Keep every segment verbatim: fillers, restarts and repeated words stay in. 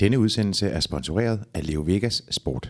Denne udsendelse er sponsoreret af Leo Vegas Sport.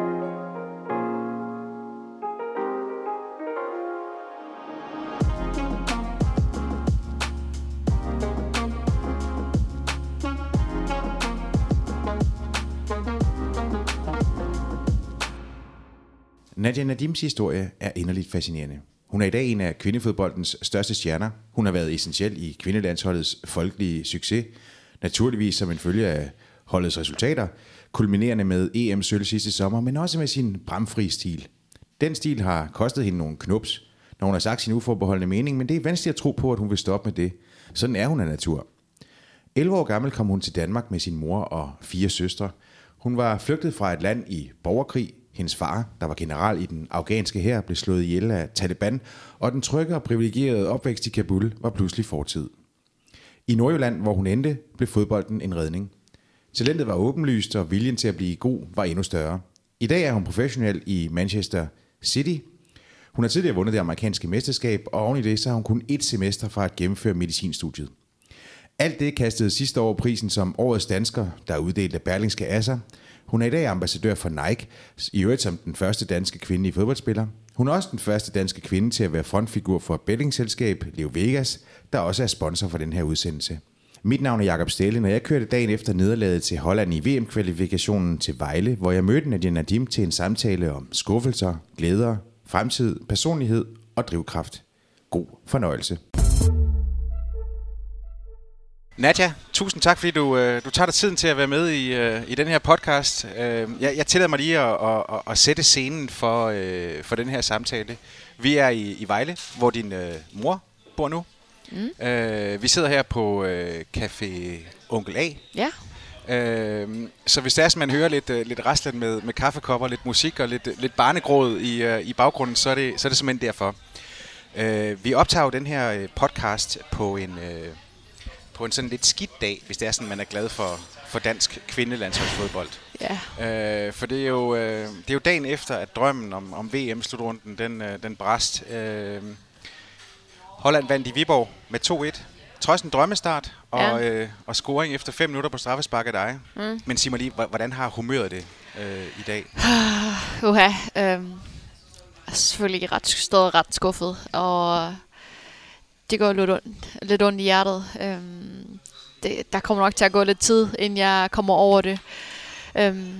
Nadia Nadims historie er inderligt fascinerende. Hun er i dag en af kvindefodboldens største stjerner. Hun har været essentiel i kvindelandsholdets folkelige succes, naturligvis som en følge af holdets resultater, kulminerende med E M-sølv sidste sommer, men også med sin bramfri stil. Den stil har kostet hende nogle knups, når hun har sagt sin uforbeholdende mening, men det er vanskeligt at tro på, at hun vil stoppe med det. Sådan er hun af natur. elleve år gammel kom hun til Danmark med sin mor og fire søstre. Hun var flygtet fra et land i borgerkrig. Hendes far, der var general i den afghanske hær, blev slået ihjel af Taliban, og den trygge og privilegerede opvækst i Kabul var pludselig fortid. I Nordjylland, hvor hun endte, blev fodbolden en redning. Talentet var åbenlyst, og viljen til at blive god var endnu større. I dag er hun professionel i Manchester City. Hun har tidligere vundet det amerikanske mesterskab, og oven i det så har hun kun et semester fra at gennemføre medicinstudiet. Alt det kastede sidste år prisen som årets dansker, der er uddelt af Berlingske Asser. Hun er i dag ambassadør for Nike, i øvrigt som den første danske kvindelige fodboldspiller. Hun er også den første danske kvinde til at være frontfigur for bettingselskab Leo Vegas, der også er sponsor for den her udsendelse. Mit navn er Jakob Stælen, og jeg kørte dagen efter nederlaget til Holland i V M-kvalifikationen til Vejle, hvor jeg mødte Nadia Nadim til en samtale om skuffelser, glæder, fremtid, personlighed og drivkraft. God fornøjelse. Nadia, tusind tak, fordi du, øh, du tager dig tiden til at være med i, øh, i den her podcast. Øh, jeg, jeg tillader mig lige at, at, at, at sætte scenen for, øh, for den her samtale. Vi er i, i Vejle, hvor din øh, mor bor nu. Mm. Øh, vi sidder her på øh, Café Onkel A. Ja. Øh, så hvis det er, at man hører lidt, øh, lidt raslen med, med kaffekopper, lidt musik og lidt, lidt barnegråd i, øh, i baggrunden, så er, det, så er det simpelthen derfor. Øh, vi optager jo den her podcast på en... Øh, på en sådan lidt skidt dag, hvis det er sådan, man er glad for, for dansk kvindelandsholdsfodbold. Ja. Øh, for det er, jo, øh, det er jo dagen efter, at drømmen om, om V M-slutrunden, den, øh, den brast. Øh, Holland vandt i Viborg med to et. Trods en drømmestart og, ja. øh, og scoring efter fem minutter på straffespark af dig. Mm. Men sig mig lige, hvordan har humøret det øh, i dag? Uha, øh, jeg er selvfølgelig ret, stadig ret skuffet, og det går lidt ondt, lidt ondt i hjertet. Øhm, det, der kommer nok til at gå lidt tid, inden jeg kommer over det. Øhm,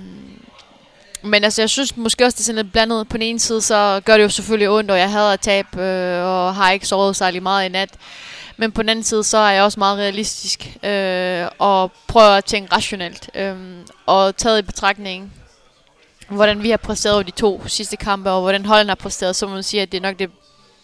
men altså, jeg synes måske også, det er sådan lidt blandet. På den ene side, så gør det jo selvfølgelig ondt, og jeg hader at tabe, øh, og har ikke sovet særlig meget i nat. Men på den anden side, så er jeg også meget realistisk, øh, og prøver at tænke rationelt. Øh, og taget i betragtning, hvordan vi har præsteret de to sidste kampe, og hvordan Holland har præsteret, så må man sige, at det er nok det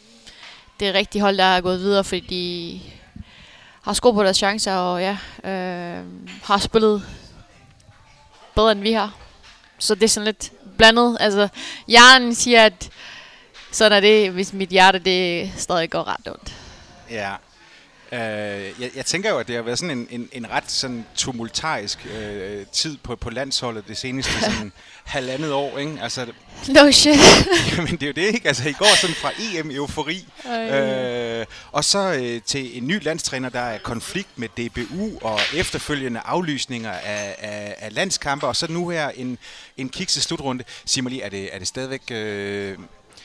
Det er rigtig hold, der er gået videre, fordi de har scoret på deres chancer, og ja, øh, har spillet bedre, end vi har. Så det er sådan lidt blandet. Altså, hjernen siger, at sådan er det, hvis mit hjerte det stadig går ret ondt. Ja. Uh, jeg, jeg tænker jo, at det har været sådan en, en, en ret sådan tumultarisk uh, tid på, på landsholdet det seneste sådan halvandet år, ikke? Altså, no shit. Men det er jo det, ikke? Altså i går sådan fra E M-eufori, uh, og så uh, til en ny landstræner, der er konflikt med D B U og efterfølgende aflysninger af, af, af landskampe, og så nu her en, en kikset slutrunde. Sig mig lige, er det, er det stadigvæk uh, er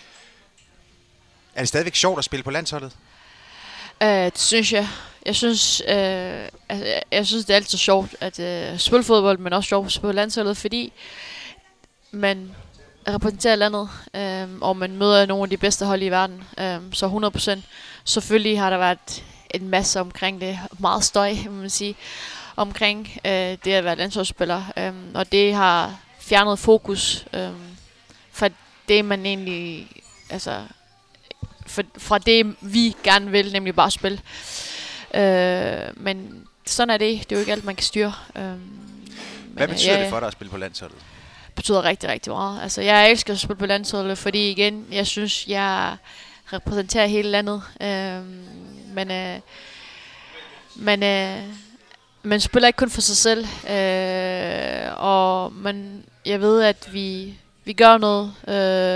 det stadigvæk sjovt at spille på landsholdet? Uh, det synes jeg. Jeg synes, uh, altså, jeg synes det er altid sjovt at uh, spille fodbold, men også sjovt at spille landsholdet, fordi man repræsenterer landet, um, og man møder nogle af de bedste hold i verden. Um, så hundrede procent. Selvfølgelig har der været en masse omkring det, meget støj, må man sige, omkring uh, det at være landsholdsspiller, um, og det har fjernet fokus um, fra det man egentlig, altså For, fra det, vi gerne vil, nemlig bare spille. Øh, men sådan er det. Det er jo ikke alt, man kan styre. Øh, Hvad betyder ja, det for dig at spille på landsholdet? Det betyder rigtig, rigtig meget. Altså, jeg elsker at spille på landsholdet, fordi igen, jeg synes, jeg repræsenterer hele landet. Øh, men, øh, men øh, man spiller ikke kun for sig selv. Øh, og man, jeg ved, at vi, vi gør noget,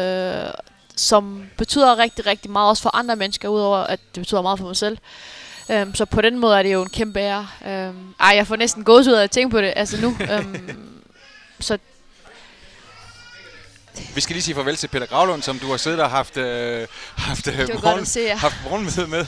øh, som betyder rigtig, rigtig meget også for andre mennesker, udover at det betyder meget for mig selv. Um, så på den måde er det jo en kæmpe ære. Um, ej, jeg får næsten gåsehud af at tænke på det, altså nu. Um, så vi skal lige sige farvel til Peter Gravlund, som du har siddet og haft, øh, haft, øh, morgen, se, ja. haft morgenmøde med.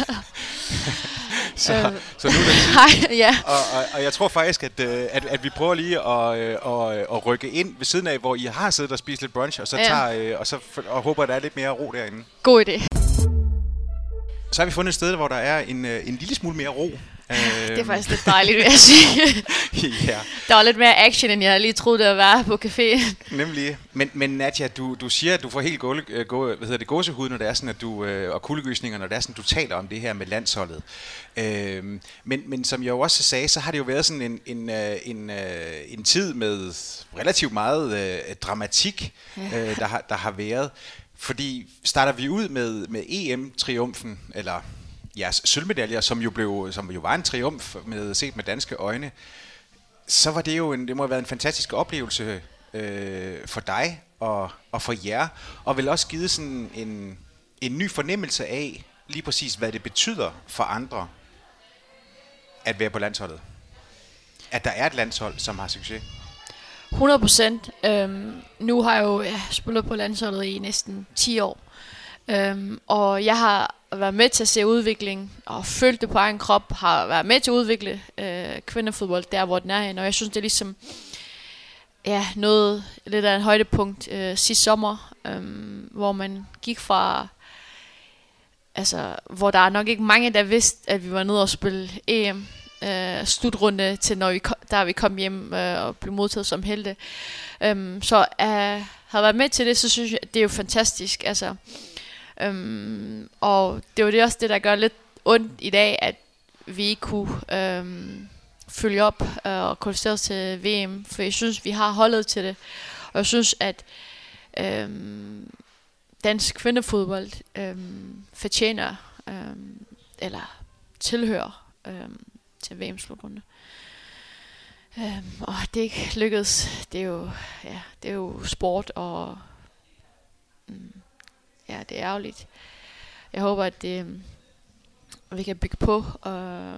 så, øh, så nu er det hej, ja. og, og, og jeg tror faktisk, at, at, at vi prøver lige at, at, at rykke ind ved siden af, hvor I har siddet og spist lidt brunch, og så, tager, ja. og så og håber, at der er lidt mere ro derinde. God idé. Så har vi fundet et sted, hvor der er en, en lille smule mere ro. Det er faktisk lidt dejligt, vil jeg sige. Ja. Der var lidt mere action, end jeg lige troede, det var på caféen. Nemlig. Men, men Nadia, du, du siger, at du får helt gåle, gå, hvad hedder det, gåsehud, når det er sådan, at du, øh, og kuldegysninger, når det er sådan, du taler om det her med landsholdet. Øh, men, men som jeg jo også sagde, så har det jo været sådan en, en, en, en tid med relativt meget øh, dramatik, ja. øh, der, har, der har været. Fordi starter vi ud med, med E M-triumfen, eller jeres sølvmedaljer, som jo blev, som jo var en triumf med set med danske øjne, så var det jo en, det må have været en fantastisk oplevelse øh, for dig og, og for jer, og vel også givet sådan en, en ny fornemmelse af lige præcis, hvad det betyder for andre at være på landsholdet. At der er et landshold, som har succes. hundrede procent. Øhm, nu har jeg jo ja, spillet på landsholdet i næsten ti år. Øhm, og jeg har været med til at se udvikling og følt det på egen krop, har været med til at udvikle øh, kvindefodbold der, hvor den er hen. Og jeg synes, det er ligesom ja, noget lidt af en højdepunkt øh, sidste sommer, øh, hvor man gik fra, altså, hvor der er nok ikke mange, der vidste, at vi var nede og spille E M øh, slutrunde til, når vi kom, der vi kom hjem øh, og blev modtaget som helte. Øh, så øh, har været med til det, så synes jeg, det er jo fantastisk. Altså, øh, og det er jo det også det, der gør lidt ondt i dag, at vi ikke kunne øh, følge op øh, og kvalificere os til V M, for jeg synes, vi har holdet til det. Og jeg synes, at øh, dansk kvindefodbold øh, fortjener øh, eller tilhører øh, til V M-slutrunde. Øh, og det er ikke lykkedes. Det er jo, ja, det er jo sport, og øh, ja, det er ærgerligt. Jeg håber, at det, øh, vi kan bygge på, øh,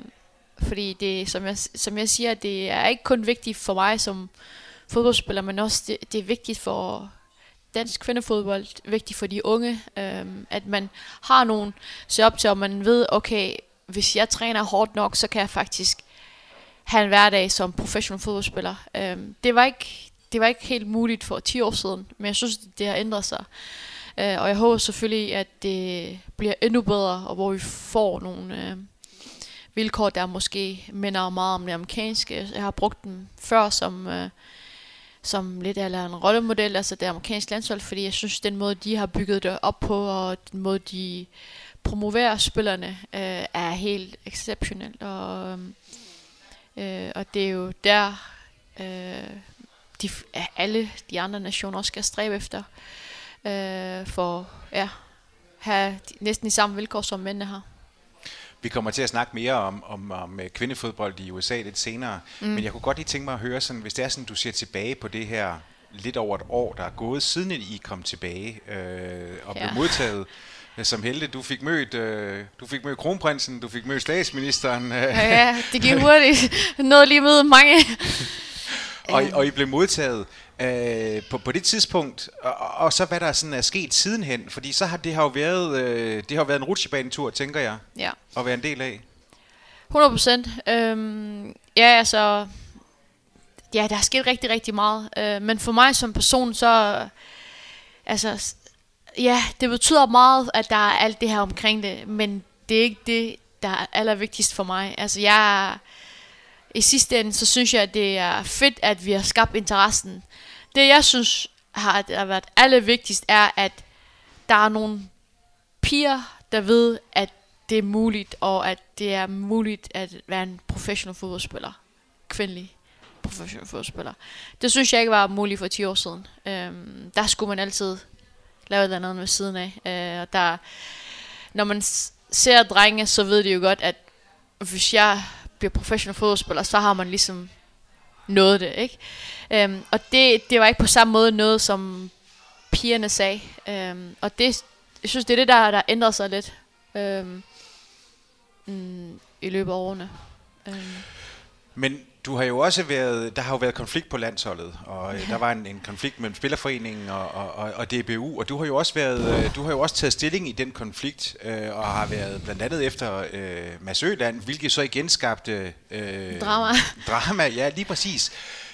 fordi det, som jeg, som jeg siger, det er ikke kun vigtigt for mig som fodboldspiller, men også det, det er vigtigt for dansk kvindefodbold, vigtigt for de unge, øhm, at man har nogen se op til, og man ved, okay, hvis jeg træner hårdt nok, så kan jeg faktisk have en hverdag som professionel fodboldspiller. Øhm, det var ikke, det var ikke helt muligt for ti år siden, men jeg synes, det har ændret sig. Øh, og jeg håber selvfølgelig, at det bliver endnu bedre, og hvor vi får nogle øh, vilkår, der måske minder meget om det amerikanske. Jeg har brugt dem før som øh, som lidt eller en rollemodel, altså det amerikanske landshold, fordi jeg synes, den måde, de har bygget det op på, og den måde, de promoverer spillerne, øh, er helt exceptionelt. Og, øh, og det er jo der, øh, de, alle de andre nationer skal stræbe efter, øh, for ja, have de, næsten de samme vilkår, som mændene har. Vi kommer til at snakke mere om, om, om kvindefodbold i U S A lidt senere, mm. men jeg kunne godt lige tænke mig at høre, sådan, hvis det er sådan, du ser tilbage på det her lidt over et år, der er gået, siden I kom tilbage øh, og ja. blev modtaget øh, som helte. Du fik mødt, øh, du fik mødt kronprinsen, du fik mødt statsministeren. Øh. Ja, ja, det gik hurtigt. Noget lige med mange. og, og I blev modtaget. Øh, på, på det tidspunkt, og, og så hvad der sådan er sket sidenhen, fordi så har det har jo været, øh, det har været en rutsjebanetur, tænker jeg, ja. at være en del af. hundrede procent. Øhm, ja, altså, ja, der er sket rigtig, rigtig meget. Øh, men for mig som person, så, altså, ja, det betyder meget, at der er alt det her omkring det, men det er ikke det, der er allervigtigst for mig. Altså, jeg, i sidste ende, så synes jeg, at det er fedt, at vi har skabt interessen. Det jeg synes har, har været allervigtigst er, at der er nogle piger, der ved, at det er muligt, og at det er muligt at være en professionel fodboldspiller. Kvindelig professionel fodboldspiller. Det synes jeg ikke var muligt for ti år siden. Øhm, der skulle man altid lave et eller andet ved siden af. Øh, og der, når man ser drenge, så ved de jo godt, at hvis jeg bliver professionel fodboldspiller, så har man ligesom nået det, ikke? Øhm, og det, det var ikke på samme måde noget, som pigerne sagde. Øhm, og det, jeg synes, det er det, der, der ændrer sig lidt. Øhm, mm, i løbet af årene. Um. Men du har jo også været, der har jo været konflikt på landsholdet, og ja. Der var en, en konflikt mellem Spillerforeningen og, og, og, og D B U, og du har jo også været, du har jo også taget stilling i den konflikt, øh, og har været blandt andet efter øh, Mads Øland, hvilket så igen skabte øh, drama. Drama, ja, lige præcis.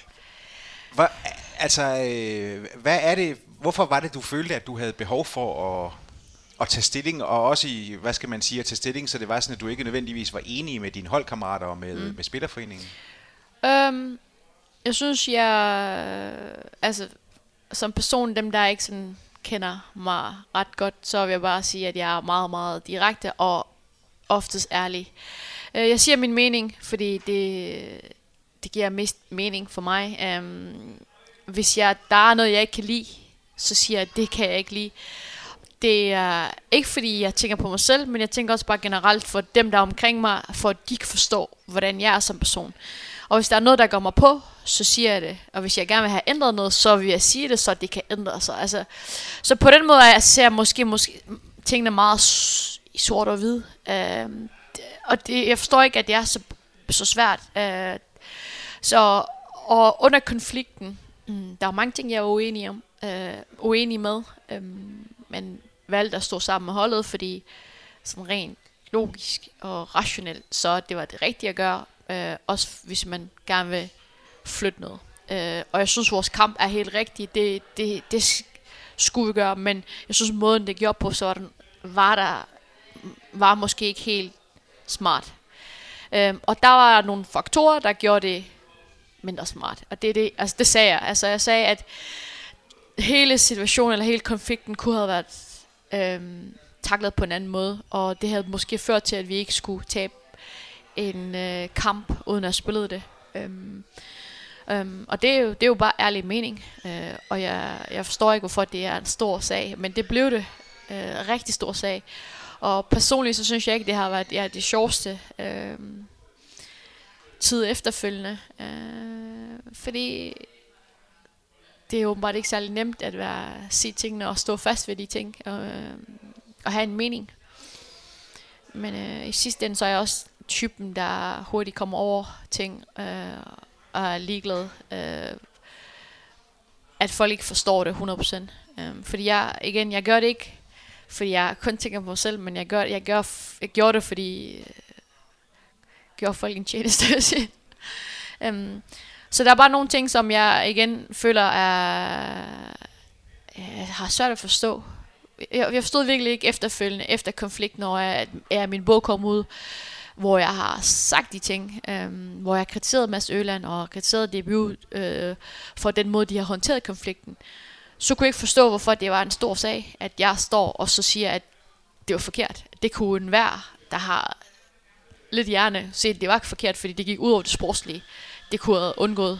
Hvor, altså, øh, hvad er det? Hvorfor var det, du følte, at du havde behov for at at tage stilling, og også i, hvad skal man sige, at tage stilling, så det var sådan, at du ikke nødvendigvis var enig med dine holdkammerater og med, mm. med Spillerforeningen? Um, jeg synes, jeg... Altså, som person, dem der ikke sådan kender mig ret godt, så vil jeg bare sige, at jeg er meget, meget direkte og oftest ærlig. Uh, jeg siger min mening, fordi det, det giver mest mening for mig. Um, hvis jeg, der er noget, jeg ikke kan lide, så siger jeg, at det kan jeg ikke lide. Det er ikke fordi jeg tænker på mig selv, men jeg tænker også bare generelt for dem der er omkring mig, for at de kan forstå hvordan jeg er som person. Og hvis der er noget der går mig på, så siger jeg det. Og hvis jeg gerne vil have ændret noget, så vil jeg sige det, så det kan ændre sig. Altså, så på den måde jeg ser jeg måske, måske tingene meget i sort og hvid. Uh, og det, jeg forstår ikke at det er så, så svært. Uh, så og under konflikten, mm, der er mange ting jeg er uenig om, uh, uenig med. Um, men valgte at stå sammen med holdet, fordi sådan rent logisk og rationelt, så det var det rigtige at gøre, øh, også hvis man gerne vil flytte noget. Øh, og jeg synes, vores kamp er helt rigtig, det, det, det skulle vi gøre, men jeg synes, måden det gjorde på, så var, den, var der var måske ikke helt smart. Øh, og der var nogle faktorer, der gjorde det mindre smart, og det, det, altså, det sagde jeg. Altså, jeg sagde, at hele situationen eller hele konflikten kunne have været øhm, taklet på en anden måde, og det havde måske ført til at vi ikke skulle tabe en øh, kamp uden at spille det. Øhm, øhm, og det er, jo, det er jo bare ærlig mening, øh, og jeg, jeg forstår ikke hvorfor det er en stor sag, men det blev det øh, rigtig stor sag. Og personligt så synes jeg ikke det har været ja, det sjoveste øh, tid efterfølgende, øh, fordi det er jo bare ikke særlig nemt at være sige tingene og stå fast ved de ting og, øh, og have en mening. Men øh, i sidste ende så er jeg også typen der hurtigt kommer over ting øh, og er ligeglad, øh, at folk ikke forstår det hundrede procent. Øh, fordi jeg igen jeg gør det ikke fordi jeg kun tænker på mig selv, men jeg gør jeg gør jeg gjorde det fordi øh, gjorde folk en tjeneste. um, Så der er bare nogle ting, som jeg igen føler er, jeg har svært at forstå. Jeg, jeg forstod virkelig ikke efterfølgende, efter konflikten, når jeg, jeg, min bog kom ud, hvor jeg har sagt de ting, øhm, hvor jeg har kritiseret Mads Øland og kritiseret D B U øh, for den måde, de har håndteret konflikten. Så kunne jeg ikke forstå, hvorfor det var en stor sag, at jeg står og så siger, at det var forkert. Det kunne enhver, der har lidt hjerne, se, at det var ikke forkert, fordi det gik ud over det sportslige. Det kunne have undgået.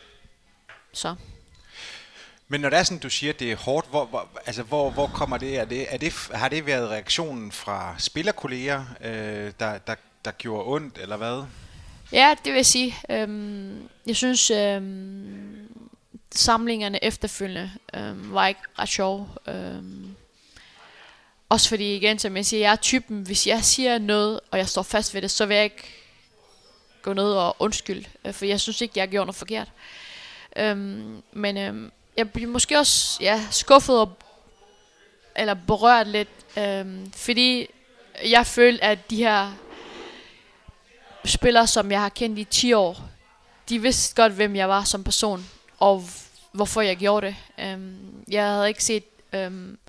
Så. Men når det er sådan, du siger, at det er hårdt, hvor, hvor, altså, hvor, hvor kommer det? Er det, er det? Har det været reaktionen fra spillerkolleger, øh, der, der, der gjorde ondt, eller hvad? Ja, det vil jeg sige. Øhm, jeg synes, øhm, samlingerne efterfølgende øhm, var ikke ret sjove. Øhm, også fordi, igen, som jeg siger, jeg er typen, hvis jeg siger noget, og jeg står fast ved det, så vil jeg ikke gå ned og undskylde, øh, for jeg synes ikke, jeg har gjort noget forkert. Øhm, men øhm, jeg bliver måske også ja, skuffet og, eller berørt lidt, øhm, fordi jeg følte, at de her spillere, som jeg har kendt i ti år, de vidste godt, hvem jeg var som person, og hvorfor jeg gjorde det. Øhm, jeg havde ikke set, øhm,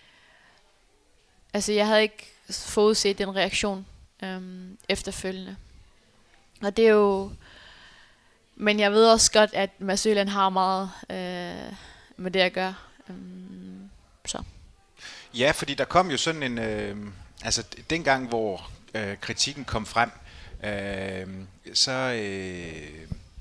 altså jeg havde ikke forudset den reaktion øhm, efterfølgende. Og det er jo, men jeg ved også godt, at Mads Øland har meget øh, med det at gøre. Um, så. Ja, fordi der kom jo sådan en, øh, altså dengang, hvor øh, kritikken kom frem, øh, så, øh,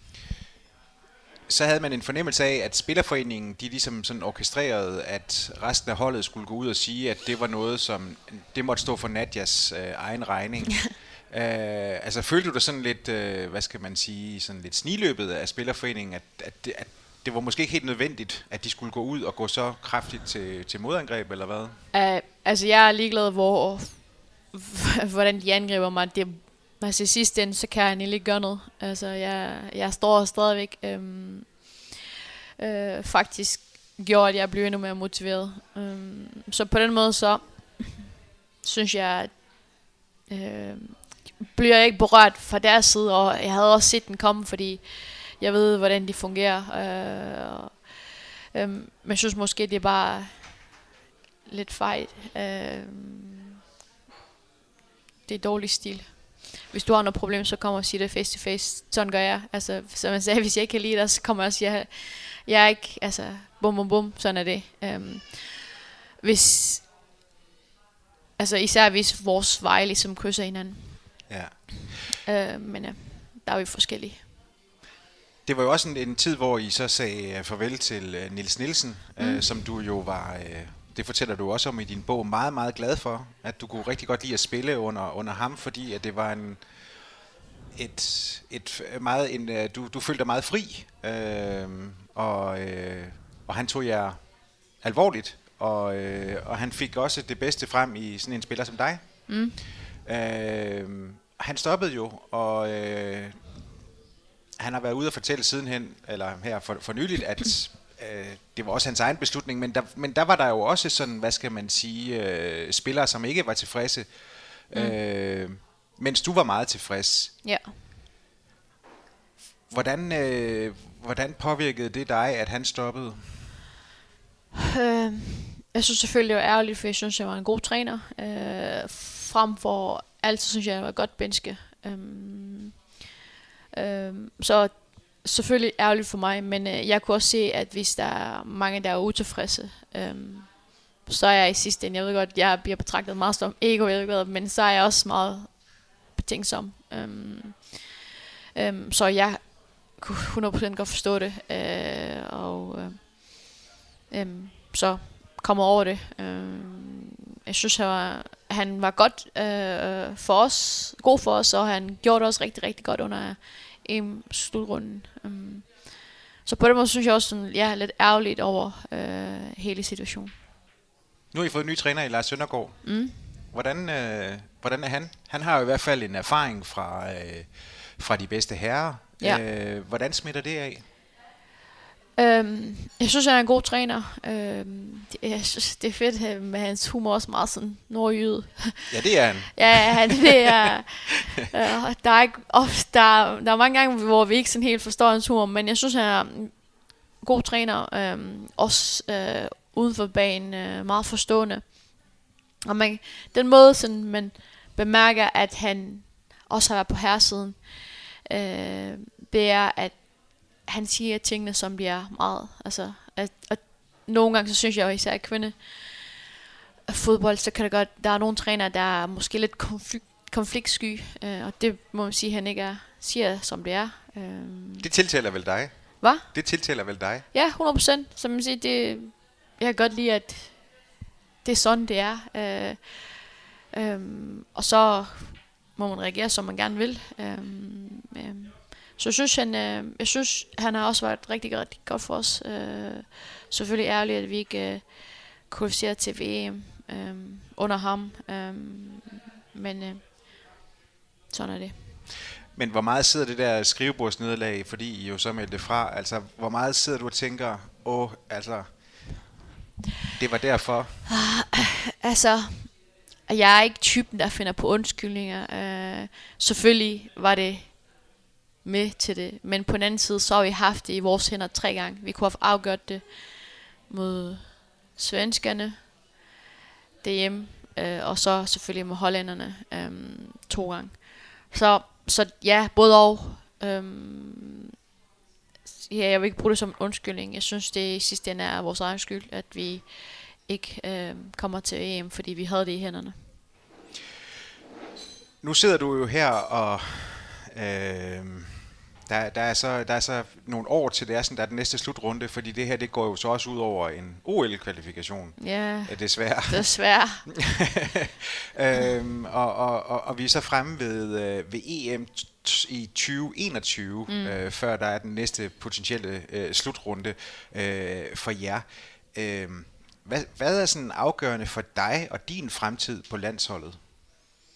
så havde man en fornemmelse af, at Spillerforeningen, de ligesom sådan orkestrerede, at resten af holdet skulle gå ud og sige, at det var noget, som, det måtte stå for Nadjas øh, egen regning. Uh, altså følte du dig sådan lidt, uh, hvad skal man sige, sådan lidt sniløbet af Spillerforeningen, at, at, det, at det var måske ikke helt nødvendigt, at de skulle gå ud og gå så kraftigt til, til modangreb, eller hvad? Uh, altså jeg er ligeglad, hvor hvordan de angriber mig. Det, altså i sidste ende, så kan jeg ikke gøre noget. Altså, jeg, jeg står stadigvæk. Øhm, øh, faktisk gjorde, at jeg blev endnu mere motiveret. Øhm, så på den måde, så synes jeg, at øh, bliver jeg ikke berørt fra deres side, og jeg havde også set den komme, fordi jeg ved, hvordan de fungerer. Øh, øh, men jeg synes måske, det er bare lidt fejl. Øh, det er dårlig stil. Hvis du har noget problem, så kommer og siger det face to face. Sådan gør jeg. Altså, som jeg sagde, hvis jeg ikke kan lide dig, så kommer jeg og siger, jeg er ikke, altså, bum bum bum, sådan er det. Øh, hvis, altså især hvis vores veje ligesom krydser hinanden. Ja. Øh, men ja, der er jo forskellige. Det var jo også en, en tid, hvor I så sagde farvel til uh, Niels Nielsen, mm. øh, som du jo var, øh, det fortæller du også om i din bog, meget, meget glad for, at du kunne rigtig godt lide at spille under, under ham, fordi at det var en, et, et meget, en, uh, du, du følte dig meget fri, øh, og, øh, og han tog jer alvorligt, og, øh, og han fik også det bedste frem i sådan en spiller som dig. Mm. Øh, han stoppede jo, og øh, han har været ude og fortælle sidenhen, eller her for, for nyligt, at øh, det var også hans egen beslutning, men der, men der var der jo også sådan, hvad skal man sige, øh, spillere, som ikke var tilfredse, mm. øh, mens du var meget tilfreds. Ja. Hvordan, øh, hvordan påvirkede det dig, at han stoppede? Øh, jeg synes selvfølgelig, det var ærgerligt, for jeg synes, jeg var en god træner. Øh, frem for altid synes jeg, jeg var godt benske. Øhm, øhm, så selvfølgelig ærgerligt for mig, men øh, jeg kunne også se, at hvis der er mange, der er utilfredse, øhm, så er jeg i sidste ende, jeg ved godt, jeg bliver betragtet meget som ego, jeg ved godt, men så er jeg også meget betænksom. Øhm, øhm, så jeg kunne hundrede procent godt forstå det, øh, og øh, øh, så kommer over det. Øh, jeg synes, han var, han var godt øh, for os, god for os, og han gjorde det også rigtig, rigtig godt under E M-slutrunden. Um, så på den måde synes jeg også, sådan, jeg er lidt ærgerligt over øh, hele situationen. Nu har I fået en ny træner i Lars Søndergaard. Mm. Hvordan, øh, hvordan er han? Han har jo i hvert fald en erfaring fra, øh, fra de bedste herrer. Ja. Øh, hvordan smitter det af? Øhm, jeg synes, han er en god træner. Øhm, det, jeg synes, det er fedt med hans humor, også meget sådan nordjyde. Ja, det er han. Ja, han det er. øh, der, er ikke, ofte, der, der er mange gange, hvor vi ikke sådan helt forstår hans humor, men jeg synes, han er en god træner. Øhm, også øh, uden for banen, øh, meget forstående. Og man, den måde, sådan, man bemærker, at han også har været på herresiden, øh, det er, at han siger tingene, som de er meget. Altså, at, at nogle gange, så synes jeg jo især i kvinde fodbold, så kan det godt, der er nogle trænere, der er måske lidt konflikt, konfliktsky, øh, og det må man sige, at han ikke er, siger, som det er. Øh. Det tiltaler vel dig? Hvad? Det tiltaler vel dig? Ja, hundrede procent. Som man siger, det, jeg kan godt lide, at det er sådan, det er. Øh, øh, og så må man reagere, som man gerne vil. Øh, øh. Så jeg synes, han, øh, jeg synes, han har også været rigtig, rigtig godt for os. Øh, selvfølgelig ærgerligt, at vi ikke øh, kvalificerer til V M øh, under ham. Øh, men øh, sådan er det. Men hvor meget sidder det der skrivebordsnederlag, fordi I jo så meldte fra? Altså, hvor meget sidder du og tænker, åh, altså, det var derfor? Ah, altså, jeg er ikke typen, der finder på undskyldninger. Øh, selvfølgelig var det med til det, men på den anden side, så har vi haft det i vores hænder tre gange. Vi kunne have afgjort det mod svenskerne derhjemme, øh, og så selvfølgelig med hollænderne øh, to gange. Så, så ja, både og. Øh, ja, jeg vil ikke bruge det som en undskyldning. Jeg synes, det i sidste ende er vores egen skyld, at vi ikke øh, kommer til E M, fordi vi havde det i hænderne. Nu sidder du jo her og øh, der, der, er så, der er så nogle år til det er sådan, der er den næste slutrunde, fordi det her, det går jo så også ud over en O L-kvalifikation. Ja, desværre. Desværre. øhm, og, og, og, og vi er så fremme ved, øh, ved E M i tyve enogtyve, mm. øh, før der er den næste potentielle øh, slutrunde øh, for jer. Øh, hvad, hvad er sådan afgørende for dig og din fremtid på landsholdet?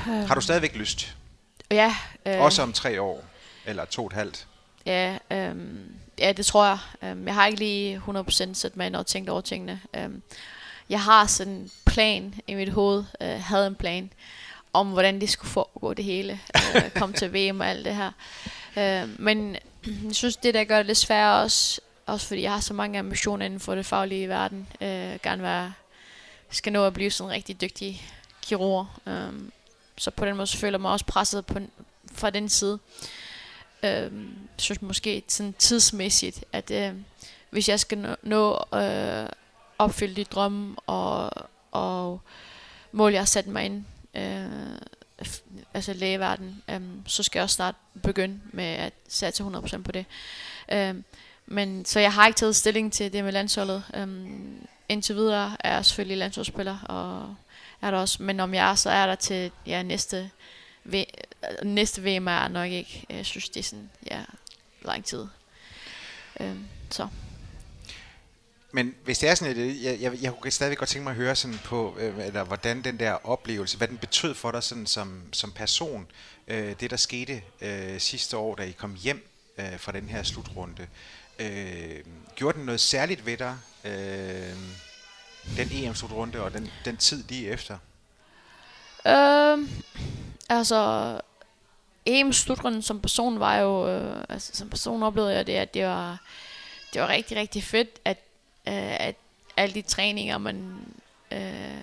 Har du stadigvæk lyst? Ja. Øh, Også om tre år, eller to og et halvt? Ja, øhm, ja, det tror jeg. Øhm, jeg har ikke lige hundrede procent sat mig ind og tænkt over tingene. Øhm, jeg har sådan en plan i mit hoved, øh, havde en plan, om hvordan det skulle foregå det hele. Øh, komme til V M og alt det her. Øh, men jeg synes, det der gør det lidt sværere også, også fordi jeg har så mange ambitioner inden for det faglige verden. Øh, gerne være, skal nå at blive sådan en rigtig dygtig kirurg. Øh, så på den måde så føler jeg mig også presset på, fra den side. Jeg øh, synes måske sådan tidsmæssigt, at øh, hvis jeg skal nå, nå øh, opfylde de drømme og, og mål, jeg har sat mig ind, øh, f- altså lægeverden, øh, så skal jeg også snart begynde med at satse hundrede procent på det. Øh, men så jeg har ikke taget stilling til det med landsholdet. Øh, indtil videre er jeg selvfølgelig landsholdsspiller, og er der også, men om jeg er, så er der til ja, næste V- næste V M er nok ikke. Jeg synes, det er sådan, ja, lang tid. Øhm, så. Men hvis det er sådan, at jeg, jeg, jeg kunne stadigvæk godt tænke mig at høre sådan på, øh, eller hvordan den der oplevelse, hvad den betød for dig sådan som, som person, øh, det der skete øh, sidste år, da I kom hjem øh, fra den her slutrunde. Øh, gjorde den noget særligt ved dig, øh, den E M-slutrunde og den, den tid lige efter? Øhm, altså, E M-slutrunden som person var jo, øh, altså som person oplevede jeg det, at det var, det var rigtig, rigtig fedt, at, øh, at alle de træninger, man øh,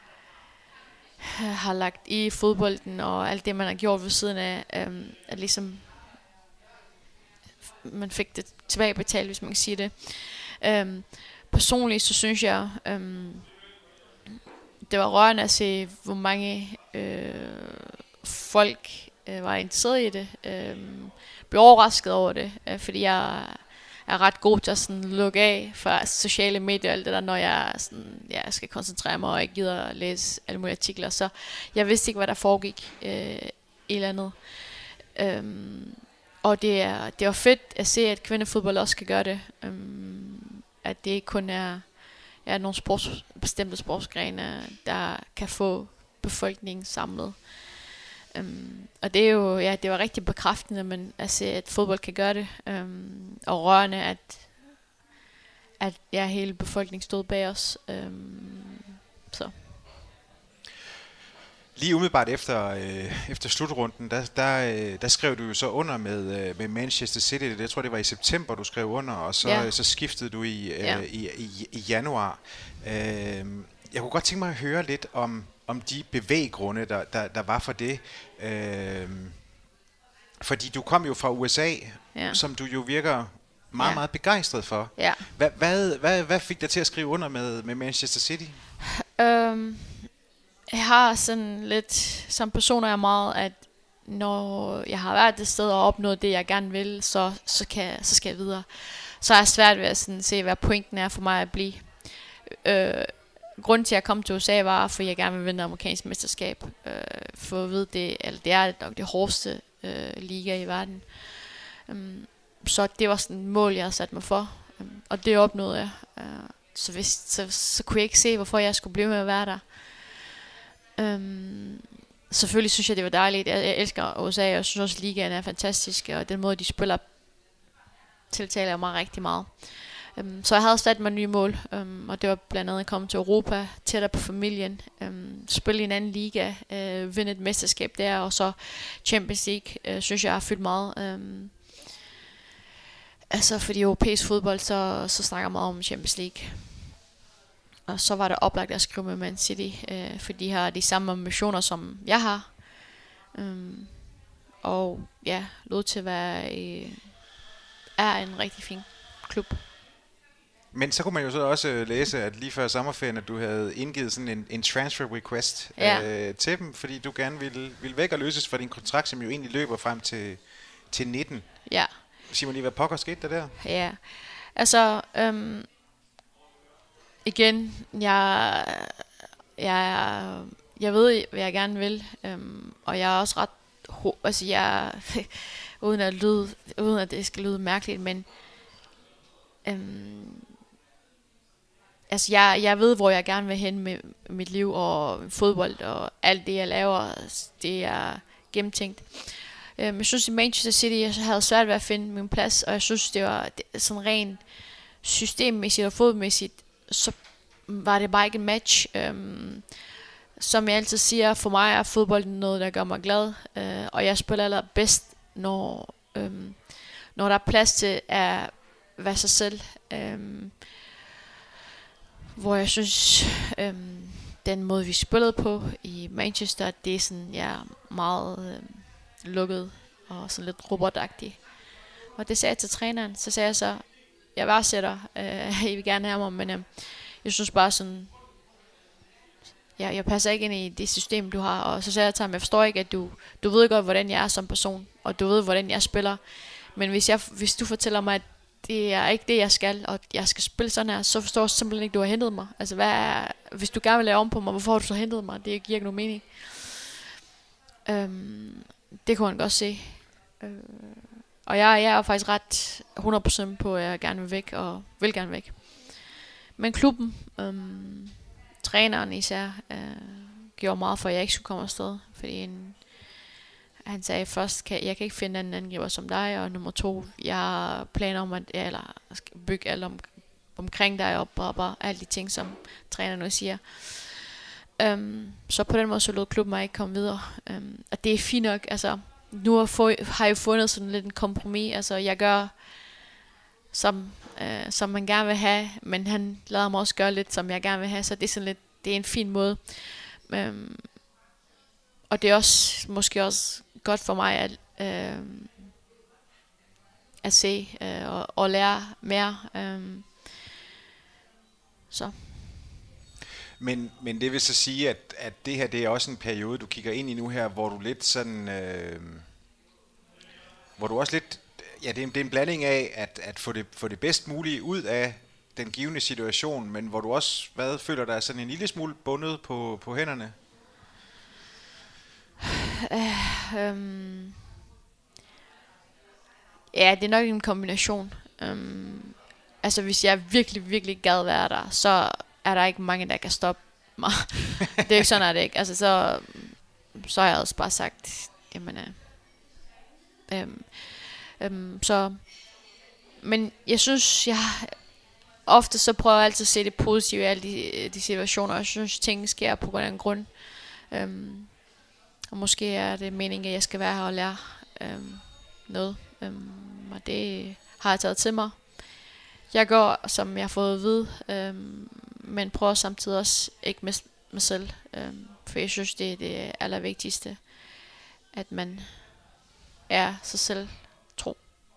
har lagt i fodbolden, og alt det, man har gjort ved siden af, øh, at ligesom man fik det tilbagebetalt, hvis man kan sige det. Øh, personligt, så synes jeg, øh, det var rørende at se, hvor mange øh, folk øh, var interesseret i det. Øh, blev overrasket over det, øh, fordi jeg er ret god til at sådan lukke af fra sociale medier og alt det der, når jeg, sådan, ja, jeg skal koncentrere mig og ikke gider at læse alle mulige artikler. Så jeg vidste ikke, hvad der foregik øh, et eller andet. Øh, og det er, det var fedt at se, at kvindefodbold også kan gøre det. Øh, at det ikke kun er ja, nogle sports, bestemte sportsgrene, der kan få befolkningen samlet. Um, og det er jo, ja, det var rigtig bekræftende, men at se, at fodbold kan gøre det, um, og rørende, at, at ja, hele befolkningen stod bag os. Um, så. Lige umiddelbart efter, øh, efter slutrunden, der, der, øh, der skrev du jo så under med, øh, med Manchester City. Det, jeg tror, det var i september, du skrev under, og så, ja. så skiftede du i, øh, ja. i, i, i januar. Øh, jeg kunne godt tænke mig at høre lidt om, om de bevæggrunde, der, der, der var for det. Øh, fordi du kom jo fra U S A, ja. som du jo virker meget, ja. meget begejstret for. Ja. Hvad, hvad, hvad, hvad fik dig til at skrive under med, med Manchester City? Um Jeg har sådan lidt, som person er jeg meget, at når jeg har været det sted og opnået det, jeg gerne vil, så, så, kan, så skal jeg videre. Så er jeg svært ved at sådan se, hvad pointen er for mig at blive. Øh, grunden til, at jeg kom til U S A, var, fordi jeg gerne vil vinde amerikansk mesterskab. Øh, for at vide det, eller det er nok det hårdeste øh, liga i verden. Um, så det var sådan et mål, jeg havde sat mig for. Um, og det opnåede jeg. Uh, så, hvis, så, så kunne jeg ikke se, hvorfor jeg skulle blive med at være der. Um, selvfølgelig synes jeg, det var dejligt. Jeg, jeg elsker U S A, og jeg synes også, at ligaen er fantastisk, og den måde, de spiller, tiltaler mig rigtig meget. Um, så jeg havde sat mig nye mål, um, og det var blandt andet at komme til Europa, tættere på familien, um, spille i en anden liga, uh, vinde et mesterskab der, og så Champions League, uh, synes jeg har fyldt meget. Um, altså, fordi europæisk fodbold, så, så snakker jeg meget om Champions League. Og så var det oplagt at skrive med Man City, øh, for de har de samme ambitioner, som jeg har. Um, og ja, lod til at være i, er en rigtig fin klub. Men så kunne man jo så også læse, at lige før sommerferien, at du havde indgivet sådan en, en transfer request ja. øh, til dem, fordi du gerne ville, ville væk og løses for din kontrakt, som jo egentlig løber frem til, til nitten. Ja. Sig mig lige, hvad pokker skete der der? Ja, altså... Um, Igen, jeg, jeg, jeg ved, hvad jeg gerne vil, øhm, og jeg er også ret, ho- altså jeg, uden at lyde, uden at det skal lyde mærkeligt, men øhm, altså jeg, jeg ved, hvor jeg gerne vil hen med mit liv og fodbold og alt det, jeg laver, det er gennemtænkt. Um, jeg synes, i Manchester City, jeg havde svært ved at finde min plads, og jeg synes, det var det, sådan rent systemmæssigt og fodmæssigt, så var det bare ikke en match. Um, som jeg altid siger, for mig er fodbolden noget, der gør mig glad, uh, og jeg spiller allerbedst, når, um, når der er plads til at være sig selv. Um, hvor jeg synes, um, den måde, vi spillede på i Manchester, det er sådan, ja, meget um, lukket og sådan lidt robotagtigt. Og det sagde jeg til træneren. Så sagde jeg så, jeg værdsætter, øh, I vil gerne have mig, men øh, jeg synes bare sådan, ja, jeg passer ikke ind i det system, du har. Og så sagde jeg til ham, jeg forstår ikke, at du, du ved godt, hvordan jeg er som person, og du ved, hvordan jeg spiller. Men hvis, jeg, hvis du fortæller mig, at det er ikke det, jeg skal, og jeg skal spille sådan her, så forstår jeg simpelthen ikke, at du har hentet mig. Altså, hvad er, hvis du gerne vil lave om på mig, hvorfor har du så hentet mig? Det giver ikke nogen mening. Øhm, det kunne han godt se. Øh, og jeg, jeg er faktisk ret hundrede procent på, at jeg gerne vil væk, og vil gerne væk. Men klubben, øhm, træneren især, øh, gjorde meget for, at jeg ikke skulle komme afsted. Fordi en, han sagde først, kan, jeg kan ikke finde en angriber som dig, og nummer to, jeg har planer om at ja, eller skal bygge alt om, omkring dig op, og bare alle de ting, som træneren nu siger. Um, så på den måde så lod klubben mig ikke komme videre. Um, og det er fint nok. Altså, nu har, få, har jeg fundet sådan lidt en kompromis. Altså, jeg gør som, uh, som man gerne vil have, men han lader mig også gøre lidt, som jeg gerne vil have. Så det er sådan lidt, det er en fin måde. Um, og det er også måske også godt for mig at uh, at se uh, og, og lære mere. Um, så. Men, men det vil så sige, at, at det her, det er også en periode, du kigger ind i nu her, hvor du lidt sådan, øh, hvor du også lidt, ja, det er, det er en blanding af at, at få, det, få det bedst mulige ud af den givne situation, men hvor du også, hvad, føler dig sådan en lille smule bundet på, på hænderne? Uh, um, ja, det er nok en kombination. Um, altså, hvis jeg virkelig, virkelig gad være der, så er der ikke mange, der kan stoppe mig. Det er ikke sådan, er det ikke. Altså, så, så har jeg også bare sagt, jamen, øh, øhm, øhm, så, men jeg synes, jeg ofte så prøver jeg altid at se det positive i alle de, de situationer, og jeg synes, ting sker på grund af en grund. Øhm, og måske er det meningen, at jeg skal være her og lære øhm, noget, øhm, og det har jeg taget til mig. Jeg går, som jeg har fået at vide, øhm, men prøver samtidig også ikke med mig selv, øhm, for jeg synes, det er det allervigtigste, at man er sig selv tro.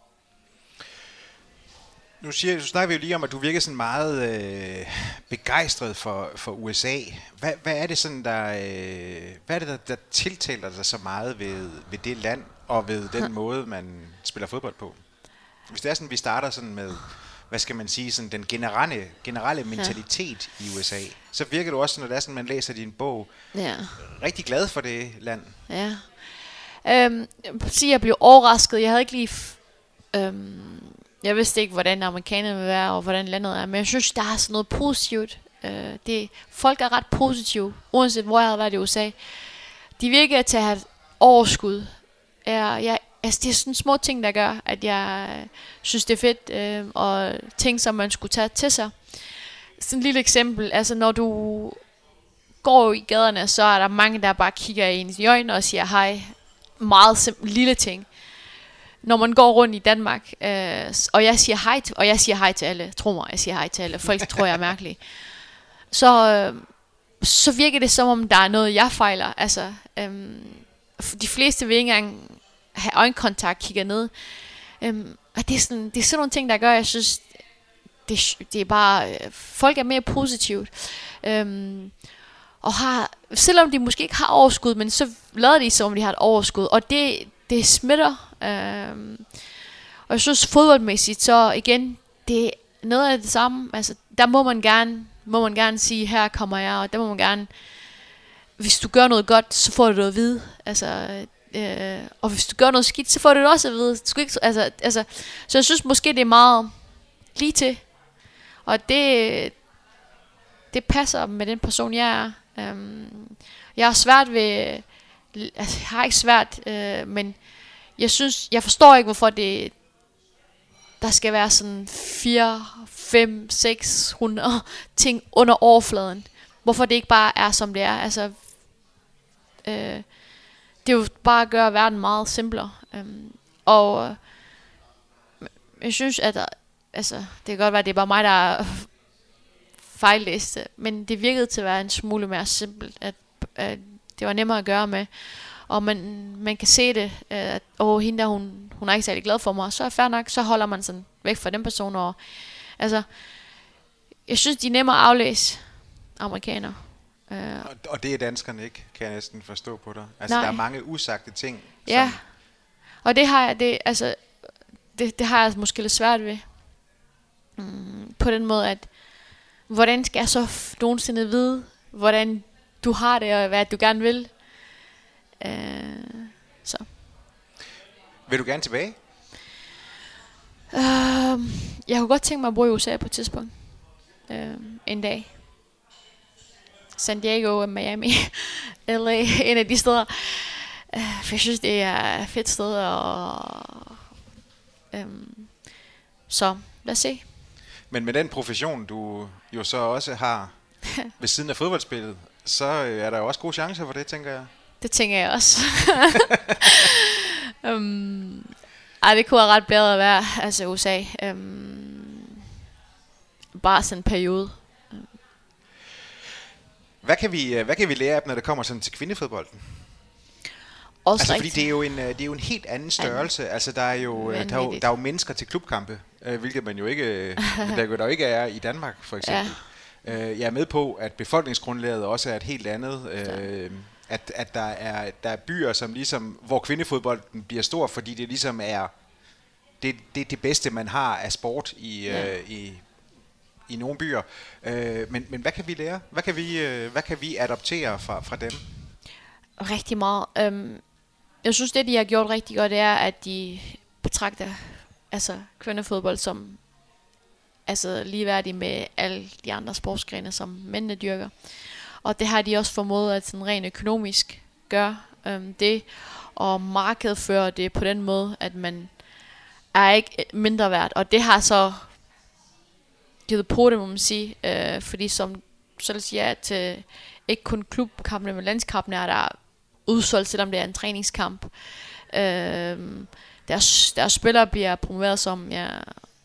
Nu, siger, nu snakker vi jo lige om, at du virker sådan meget øh, begejstret for, for U S A. Hvad, hvad er det sådan, der, øh, hvad er det, der, der tiltaler dig så meget ved, ved det land, og ved den måde, man spiller fodbold på? Hvis det er sådan, vi starter sådan med, hvad skal man sige, sådan den generelle, generelle mentalitet ja. i U S A, så virker du også, når det er sådan, man læser din bog, ja. rigtig glad for det land. Ja. Øhm, jeg vil sige, jeg blev overrasket. Jeg havde ikke lige... F- øhm, jeg vidste ikke, hvordan amerikanerne vil være, og hvordan landet er, men jeg synes, der er sådan noget positivt. Øh, det, folk er ret positive, uanset hvor jeg havde været i U S A. De virker til at have et overskud. Jeg, jeg Altså det er sådan små ting, der gør, at jeg synes, det er fedt, øh, og ting, som man skulle tage til sig. Sådan et lille eksempel, altså når du går i gaderne, så er der mange, der bare kigger ind i øjnene og siger hej. Meget simpel, lille ting. Når man går rundt i Danmark, øh, og jeg siger hej til, og jeg siger hej til alle, tro mig, jeg siger hej til alle, folk tror, jeg er mærkelig. Så, øh, så virker det som om, der er noget, jeg fejler. Altså, øh, de fleste vil ikke engang have øjenkontakt, kigger ned. Øhm, og det er, sådan, det er sådan nogle ting, der gør, jeg synes, det, det er bare, øh, folk er mere positivt. Øhm, og har, selvom de måske ikke har overskud, men så lader de som om de har et overskud, og det, det smitter. Øhm, og jeg synes fodboldmæssigt, så igen, det er noget af det samme. Altså, der må man gerne, må man gerne sige, her kommer jeg, og der må man gerne, hvis du gør noget godt, så får du det at vide. Altså, Øh, og hvis du gør noget skidt, så får du det også at vide. Du skal ikke, altså, altså, så jeg synes måske det er meget lige til. Og det det passer med den person, jeg er. Um, jeg har svært ved... Altså, jeg har ikke svært, øh, men jeg synes... Jeg forstår ikke, hvorfor det... Der skal være sådan fire, fem, seks hundrede ting under overfladen. Hvorfor det ikke bare er, som det er. Altså... Øh, det er jo bare at gøre verden meget simplere. Um, og... Øh, jeg synes, at... Altså, det kan godt være, at det er bare mig, der er fejllæst, men det virkede til at være en smule mere simpelt, at, at det var nemmere at gøre med, og man, man kan se det, at åh, hende der, hun, hun er ikke særlig glad for mig, så er fair nok, så holder man sådan væk fra den person, og altså, jeg synes, de er nemmere at aflæse, amerikanere. Uh, og, og det er danskerne ikke, kan jeg næsten forstå på dig. Altså, nej. Der er mange usagte ting. Ja, som og det har jeg, det, altså, det, det har jeg måske lidt svært ved. Mm, på den måde, at hvordan skal jeg så f- nogensinde vide, hvordan du har det, og hvad du gerne vil. Uh, så. Vil du gerne tilbage? Uh, jeg kunne godt tænke mig at bo i U S A på et tidspunkt. Uh, en dag. San Diego, Miami, L A, en af de steder. Uh, for jeg synes, det er et fedt sted. Og, um, så lad os se. Men med den profession, du jo så også har ved siden af fodboldspillet, så er der jo også gode chancer for det, tænker jeg. Det tænker jeg også. um, ej, det kunne være ret bedre at være, altså U S A. Um, bare sådan en periode. Hvad kan vi, hvad kan vi lære af dem, når det kommer sådan til kvindefodbolden? Også altså, rigtigt. fordi det er jo en det er jo en helt anden størrelse. Anden. Altså, der er jo der er jo, der er jo mennesker til klubkampe, øh, hvilket man jo ikke der jo der ikke er i Danmark for eksempel. Ja. Øh, jeg er med på, at befolkningsgrundlaget også er et helt andet. Øh, at at der er der er byer, som ligesom hvor kvindefodbolden bliver stor, fordi det ligesom er det det det bedste man har af sport i ja. øh, i i nogle byer. Øh, men men hvad kan vi lære? Hvad kan vi øh, hvad kan vi adoptere fra fra dem? Rigtig meget. Um, jeg synes, det de har gjort rigtig godt, det er, at de betragter altså kvindefodbold som altså ligeværdig med alle de andre sportsgrene, som mændene dyrker. Og det har de også formået at sådan rent økonomisk gøre um, det, og markedsføre det på den måde, at man er ikke mindre værd. Og det har så givet på det, må man sige, uh, fordi som så vil sige, at uh, ikke kun klubkampene, men landskampene er der udsolgt, selvom det er en træningskamp. Øhm, deres, deres spillere bliver promoveret som ja,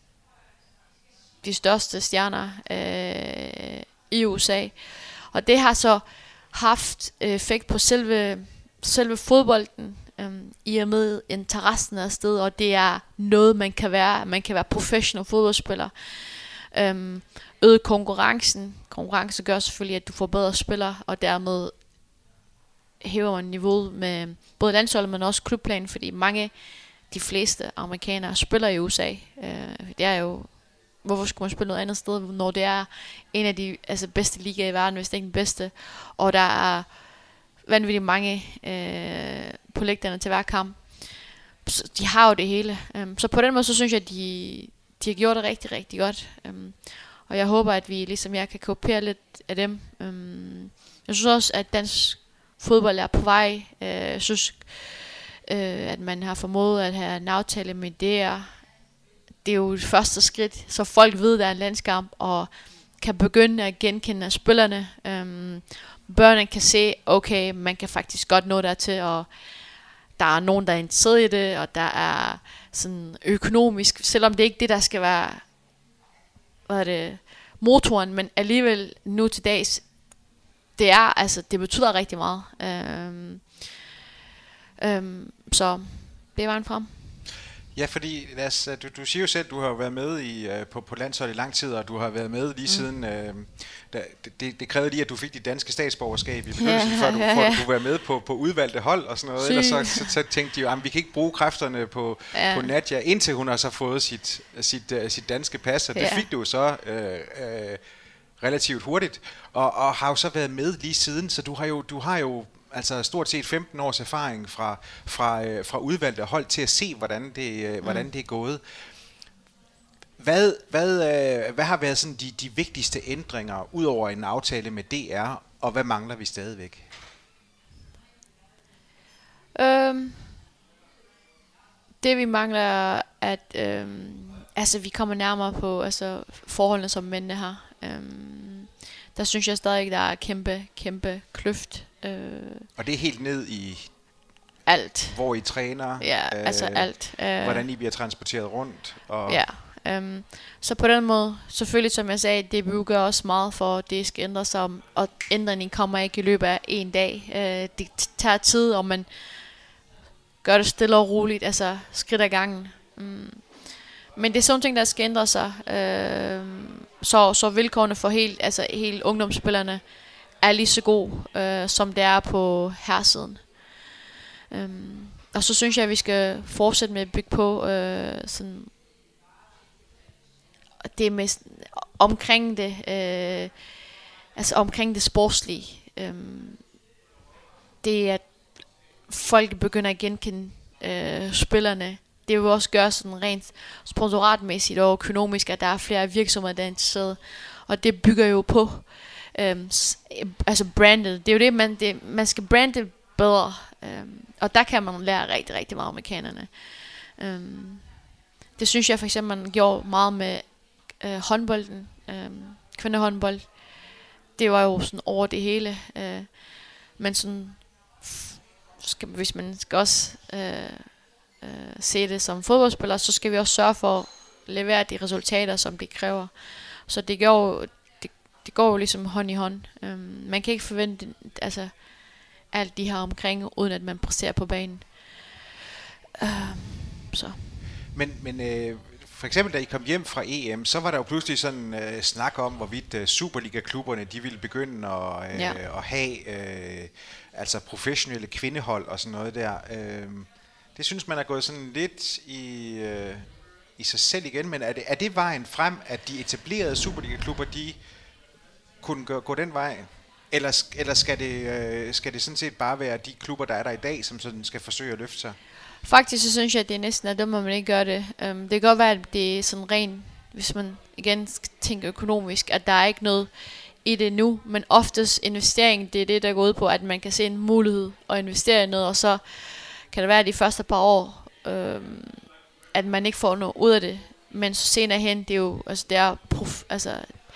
de største stjerner øh, i U S A. Og det har så haft effekt på selve, selve fodbolden, øh, i og med interessen af sted, og det er noget, man kan være. Man kan være professional fodboldspiller. Øh, øget konkurrencen. Konkurrence gør selvfølgelig, at du får bedre spillere, og dermed hæver man niveauet med både landsholdet, men også klubplanen, fordi mange, de fleste amerikanere spiller i U S A. Øh, det er jo, hvorfor skulle man spille noget andet sted, når det er en af de altså, bedste ligaer i verden, hvis det ikke er den bedste, og der er vanvittigt mange øh, på lægterne til hver kamp. Så de har jo det hele. Um, så på den måde, så synes jeg, at de, de har gjort det rigtig, rigtig godt. Um, og jeg håber, at vi ligesom jeg kan kopiere lidt af dem. Um, jeg synes også, at dansk fodbold er på vej. Uh, jeg synes, uh, at man har formået at have en aftale med idéer. Det er jo et første skridt, så folk ved, at der er en landskamp, og kan begynde at genkende spillerne. Um, børnene kan se, okay, man kan faktisk godt nå dertil, og der er nogen, der er interesseret i det, og der er sådan økonomisk, selvom det ikke er det, der skal være hvad er det, motoren, men alligevel nu til dags, det er, altså, det betyder rigtig meget. Um, um, så det er vejen frem. Ja, fordi lad os, du, du siger jo selv, at du har været med i, uh, på, på landsholdet i lang tid, og du har været med lige mm. siden, uh, da, det, det krævede lige, at du fik dit danske statsborgerskab i begyndelsen, ja, før du, ja, ja. for, du kunne være med på, på udvalgte hold og sådan noget. Ellers så, så, så tænkte de jo, at vi kan ikke bruge kræfterne på, ja. på Nadia, indtil hun har så fået sit, sit, uh, sit danske pas, og det ja. fik du så uh, uh, relativt hurtigt, og, og har jo så været med lige siden, så du har jo, du har jo altså stort set femten års erfaring fra, fra, øh, fra udvalgte hold til at se, hvordan det, øh, mm. hvordan det er gået. Hvad, hvad, øh, hvad har været sådan de, de vigtigste ændringer, ud over en aftale med D R, og hvad mangler vi stadigvæk? Øhm, det vi mangler er, at øhm, altså, vi kommer nærmere på altså, forholdene, som mændene har. Øhm, der synes jeg stadig, der er kæmpe, kæmpe kløft. Øh, og det er helt ned i... Alt. Hvor I træner? Ja, øh, altså alt. Øh, hvordan I bliver transporteret rundt? Og ja. Um, så på den måde, selvfølgelig som jeg sagde, det B U gør også meget for, at det skal ændre sig, og ændringen kommer ikke i løbet af en dag. Uh, det tager tid, og man gør det stille og roligt, altså skridt ad gangen. Um, men det er sådan ting, der skal ændre sig, uh, så, så vilkårene for helt, altså helt ungdomsspillerne er lige så gode, uh, som det er på herresiden. Um, og så synes jeg, at vi skal fortsætte med at bygge på uh, sådan det er mest omkring det, øh, altså omkring det sportslige. Øhm, det er, at folk begynder at genkende øh, spillerne. Det vil også gøre sådan rent sponsoratmæssigt og økonomisk, at der er flere virksomheder, der er interesseret. Og det bygger jo på, øhm, altså brandet. Det er jo det, man, det, man skal brande bedre. Øhm, og der kan man lære rigtig, rigtig meget af amerikanerne. Øhm, det synes jeg for eksempel, man gjorde meget med Øh, håndbolden, øh, kvindehåndbold. Det var jo sådan over det hele. Øh, men sådan, skal, hvis man skal også øh, øh, se det som fodboldspiller, så skal vi også sørge for at levere de resultater, som det kræver. Så det går jo, det, det går jo ligesom hånd i hånd. Øh, man kan ikke forvente altså, alt de her omkring, uden at man præsterer på banen. Øh, så. Men, men øh for eksempel, da I kom hjem fra E M, så var der jo pludselig sådan øh, snak om, hvorvidt øh, Superliga-klubberne, de ville begynde at, øh, ja. at have øh, altså professionelle kvindehold og sådan noget der. Øh, det synes man er gået sådan lidt i, øh, i sig selv igen, men er det, er det vejen frem, at de etablerede Superliga-klubber, de kunne gå, gå den vej? Eller, eller skal, det, øh, skal det sådan set bare være de klubber, der er der i dag, som sådan skal forsøge at løfte sig? Faktisk så synes jeg, at det er næsten er dumt, at man ikke gør det. Um, det kan godt være, at det er sådan rent, hvis man igen tænker økonomisk, at der er ikke noget i det nu, men oftest investering, det er det, der går ud på, at man kan se en mulighed og investere i noget, og så kan det være, at de første par år, um, at man ikke får noget ud af det, men så senere hen, det er jo, altså det er, prof, altså,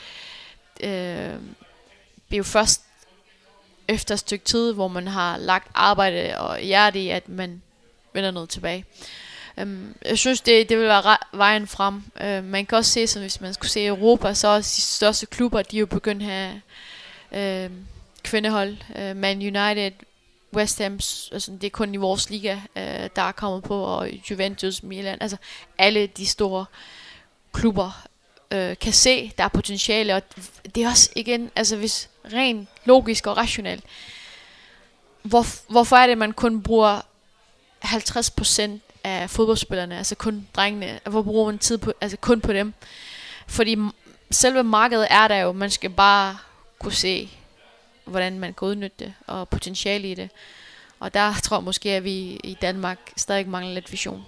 øh, det er jo først efter et stykke tid, hvor man har lagt arbejde og hjerte i, at man vender noget tilbage. Um, jeg synes, det, det vil være re- vejen frem. Uh, man kan også se, som hvis man skulle se Europa, så er de største klubber, de er jo begyndt at have uh, kvindehold. Uh, Man United, West Ham, altså det er kun i vores liga, uh, der er kommet på, og Juventus, Milan, altså alle de store klubber uh, kan se, der er potentiale, og det er også igen, altså hvis rent logisk og rationelt, hvor, hvorfor er det, man kun bruger halvtreds procent af fodboldspillerne, altså kun drengene, hvor bruger man tid på, altså kun på dem? Fordi selve markedet er der jo, man skal bare kunne se, hvordan man kan udnytte det, og potentiale i det. Og der tror jeg måske, at vi i Danmark stadig mangler lidt vision.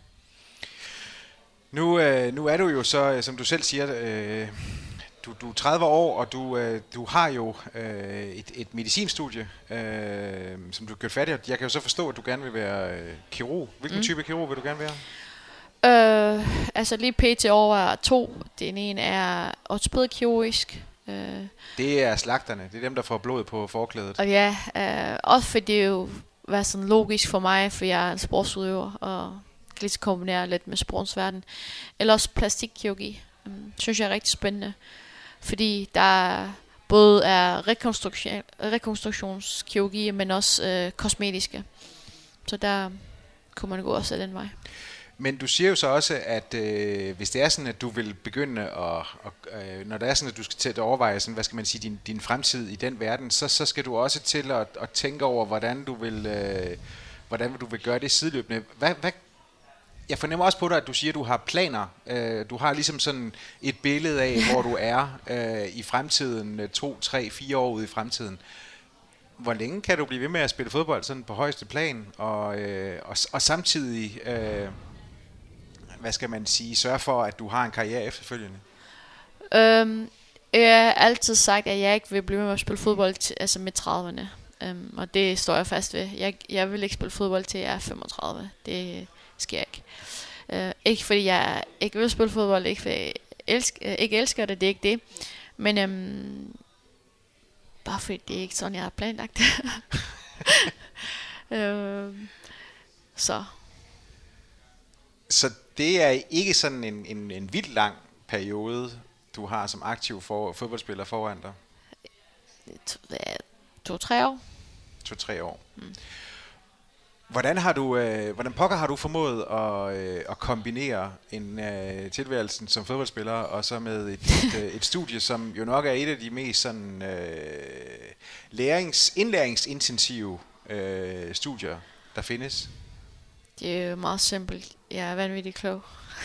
Nu, øh, nu er du jo så, som du selv siger, øh, du, du er tredive år, og du, øh, du har jo øh, et, et medicinstudie, øh, som du har gjort færdigt. Jeg kan jo så forstå, at du gerne vil være øh, kirurg. Hvilken mm. type kirurg vil du gerne være? Øh, altså lige pt. overvejer to. Den ene er ortopædkirurgisk. Øh, det er slagterne. Det er dem, der får blod på forklædet. Og ja, øh, også fordi det jo var sådan logisk for mig, for jeg er en sportsudøver, og kan lige kombinere lidt med sportsverden. Eller også plastikkirurgi. Um, synes jeg er rigtig spændende. Fordi der både er rekonstruktion, rekonstruktionskirurgi, men også øh, kosmetiske. Så der kunne man gå også af den vej. Men du siger jo så også, at øh, hvis det er sådan, at du vil begynde at, at øh, når det er sådan, at du skal til at overveje sådan, hvad skal man sige, din, din fremtid i den verden, så, så skal du også til at, at tænke over, hvordan du vil, øh, hvordan du vil gøre det sideløbende. Hvad, hvad, jeg fornemmer også på dig, at du siger, at du har planer. Øh, du har ligesom sådan et billede af, hvor du er øh, i fremtiden, to, tre, fire år ude i fremtiden. Hvor længe kan du blive ved med at spille fodbold sådan på højeste plan, og, øh, og, og samtidig... Øh, hvad skal man sige, sørge for, at du har en karriere efterfølgende? Øhm, jeg har altid sagt, at jeg ikke vil blive med at spille fodbold til, altså med trediverne. Um, og det står jeg fast ved. Jeg, jeg vil ikke spille fodbold til jeg er femogtredive. Det sker ikke. Uh, ikke fordi jeg ikke vil spille fodbold, ikke fordi jeg elsk, uh, ikke elsker det, det er ikke det. Men um, bare fordi det er ikke sådan, jeg har planlagt det. uh, så. Så det er ikke sådan en, en, en vildt lang periode, du har som aktiv for, fodboldspiller foran dig? To, to-tre år. To-tre år. Mm. Hvordan har du, øh, hvordan pokker har du formået at, øh, at kombinere en øh, tilværelsen som fodboldspiller og så med et, et, et, et studie, som jo nok er et af de mest sådan øh, lærings, indlæringsintensive øh, studier, der findes? Det er jo meget simpelt. Jeg er vanvittigt klog.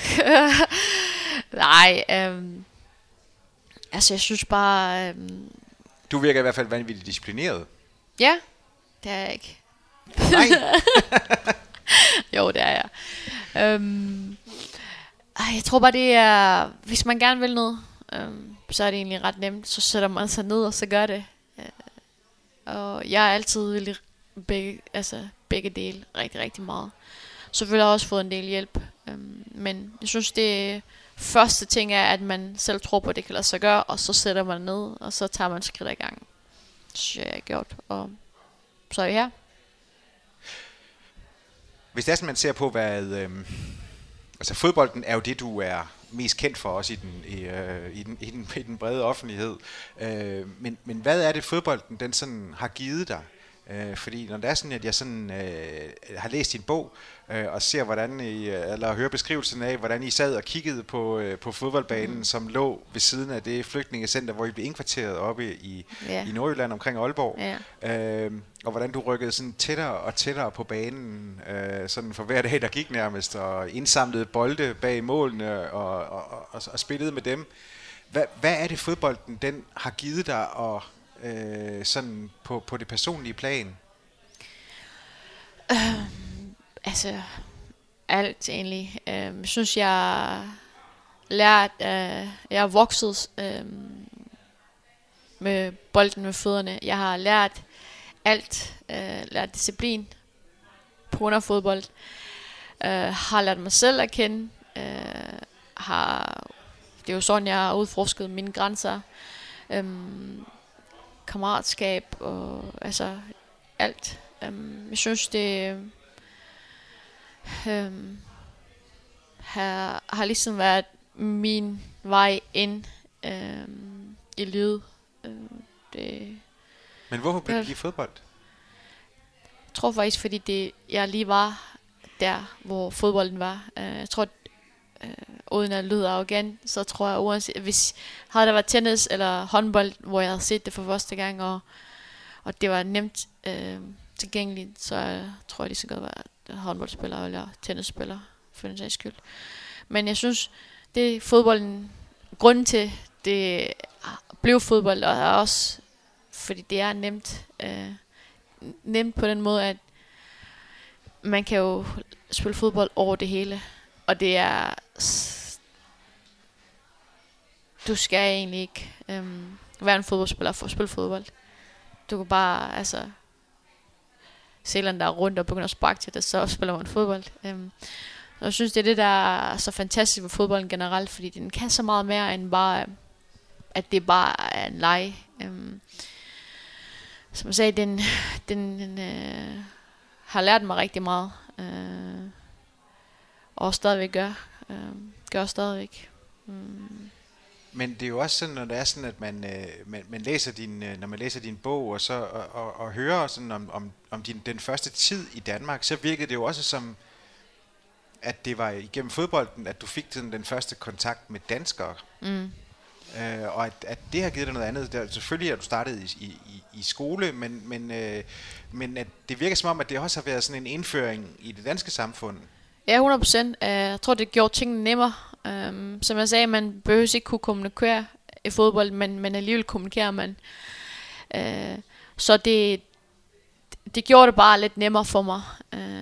Nej, øhm, altså jeg synes bare... Øhm, du virker i hvert fald vanvittigt disciplineret. Ja, det er jeg ikke. Nej. Jo, det er jeg. Øhm, ej, jeg tror bare det er, hvis man gerne vil noget, øhm, så er det egentlig ret nemt. Så sætter man sig ned og så gør det. Øh, og jeg er altid vildt begge, altså begge dele rigtig, rigtig meget. Selvfølgelig har jeg også fået en del hjælp, øhm, men jeg synes det første ting er, at man selv tror på, at det kan lade sig gøre, og så sætter man ned, og så tager man skridt ad gangen. Så jeg har gjort, og så er jeg her. Hvis det er sådan, man ser på, hvad... Øhm, altså fodbolden er jo det, du er mest kendt for også i den, i, øh, i den, i den, i den brede offentlighed. Øh, men, men hvad er det, fodbolden den sådan har givet dig? Øh, fordi når det er sådan, at jeg sådan, øh, har læst din bog, øh, og ser, hvordan I, eller hører beskrivelsen af, hvordan I sad og kiggede på, øh, på fodboldbanen, mm. som lå ved siden af det flygtningecenter, hvor I blev indkvarteret oppe i, yeah. i Nordjylland omkring Aalborg. Yeah. Øh, og hvordan du rykkede sådan tættere og tættere på banen, øh, sådan for hver dag, der gik nærmest, og indsamlede bolde bag målene, og, og, og, og spillede med dem. Hvad, hvad er det, fodbolden den har givet dig, og Øh, sådan på, på det personlige plan? Øh, altså alt egentlig. Øh, jeg synes jeg lært, øh, jeg har vokset øh, med bolden med fødderne. Jeg har lært alt, øh, lært disciplin på grund af fodbold. Øh, har lært mig selv at kende. Øh, har, det er jo sådan jeg har udforsket mine grænser. Øh, kammeratskab og altså alt. Um, jeg synes det um, har, har ligesom været min vej ind um, i livet. Um, det, Men hvorfor blev det lige fodbold? Jeg tror faktisk fordi det jeg lige var der hvor fodbolden var. Uh, jeg tror uh, uden at lyde arrogant, så tror jeg uanset, hvis havde der været tennis eller håndbold, hvor jeg havde set det for første gang, og, og det var nemt øh, tilgængeligt, så jeg tror jeg lige så godt var håndboldspiller eller tennisspiller, for den sags skyld. Men jeg synes, det er fodbolden, grunden til det blev fodbold, og er også, fordi det er nemt, øh, nemt på den måde, at man kan jo spille fodbold over det hele, og det er du skal egentlig ikke øhm, være en fodboldspiller for at spille fodbold. Du kan bare, altså selvom der er rundt og begynder at sparke til det, så spiller man fodbold. Øhm, og jeg synes, det er det, der er så fantastisk ved fodbolden generelt, fordi den kan så meget mere end bare, at det bare er en leg. Øhm, som jeg sagde, den, den, den øh, har lært mig rigtig meget. Øh, og stadigvæk gør. Øh, gør stadigvæk. Mm. Men det er jo også sådan, når det er sådan, at man, øh, man, man læser din, øh, når man læser din bog og så og, og, og hører sådan om, om, om din, den første tid i Danmark, så virkede det jo også som, at det var igennem fodbolden, at du fik sådan den første kontakt med danskere. Mm. Øh, og at, at det har givet dig noget andet. Der, selvfølgelig har du startet i, i, i skole, men, men, øh, men at det virker som om, at det også har været sådan en indføring i det danske samfund. Ja, hundrede procent. Jeg tror, det gjorde tingene nemmere. Um, som jeg sagde, man behøver ikke kunne kommunikere i fodbold, men, men alligevel kommunikerer man. Uh, så det, det gjorde det bare lidt nemmere for mig. Uh,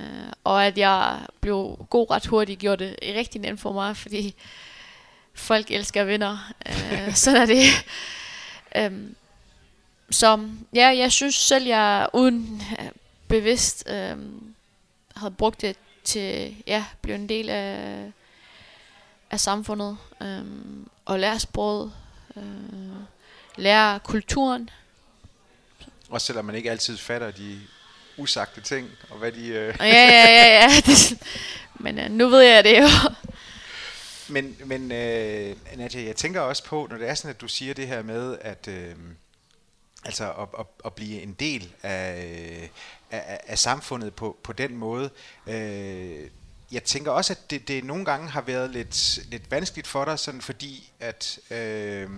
og at jeg blev god ret hurtigt, gjorde det rigtig nemt for mig, fordi folk elsker vinder. Uh, sådan er det. um, så ja, jeg synes selv, jeg uden uh, bevidst uh, havde brugt det til ja, blive en del af, af samfundet, um, og lære sproget, uh, lære kulturen. Også selvom man ikke altid fatter de usagte ting, og hvad de... Øh... ja, ja, ja, ja. Det, men uh, nu ved jeg det jo. Men, men øh, Nadia, jeg tænker også på, når det er sådan, at du siger det her med, at øh, altså at, at, at blive en del af, af, af samfundet på, på den måde. Øh, jeg tænker også, at det, det nogle gange har været lidt, lidt vanskeligt for dig, sådan fordi at øh,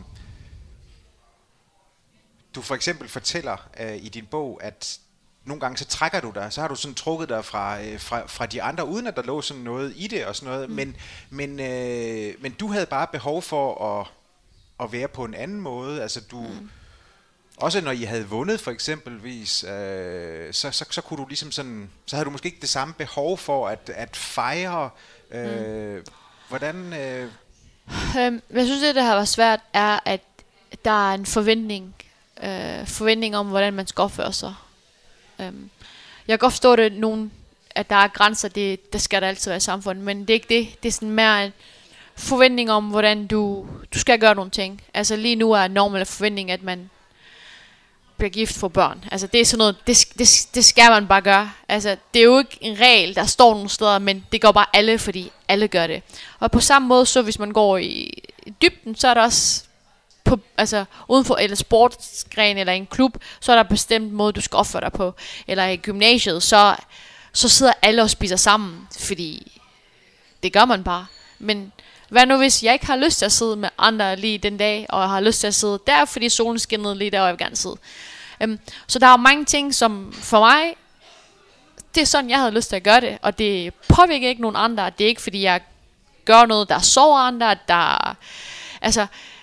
du for eksempel fortæller øh, i din bog, at nogle gange så trækker du dig, så har du sådan trukket dig fra, øh, fra, fra de andre, uden at der lå sådan noget i det og sådan noget, mm. men, men, øh, men du havde bare behov for at, at være på en anden måde, altså du, mm. også når I havde vundet for eksempelvis, øh, så, så, så kunne du ligesom sådan, så havde du måske ikke det samme behov for at, at fejre, øh, mm. hvordan... Øh... Øhm, jeg synes, det der har været svært, er, at der er en forventning, øh, forventning om, hvordan man skal opføre sig. Um, jeg kan godt forstå det, nogen, at der er grænser, det, det skal der altid være i samfundet, men det er ikke det. Det er sådan mere en forventning om, hvordan du, du skal gøre nogle ting. Altså lige nu er normal forventning, at man bliver gift for børn. Altså det er sådan noget, det, det, det skal man bare gøre. Altså det er jo ikke en regel, der står nogle steder, men det gør bare alle, fordi alle gør det. Og på samme måde, så hvis man går i, i dybden, så er der også på, altså uden for eller sportsgren eller en klub, så er der bestemt måde du skal opføre dig på, eller i gymnasiet, så så sidder alle og spiser sammen, fordi det gør man bare. Men hvad nu hvis jeg ikke har lyst til at sidde med andre lige den dag, og jeg har lyst til at sidde der, fordi solen skinnede lige der, og jeg vil gerne sidde. um, så der er mange ting, som for mig, det er sådan jeg havde lyst til at gøre det, og det påvirker ikke nogen andre. Det er ikke fordi jeg gør noget der sover andre, der altså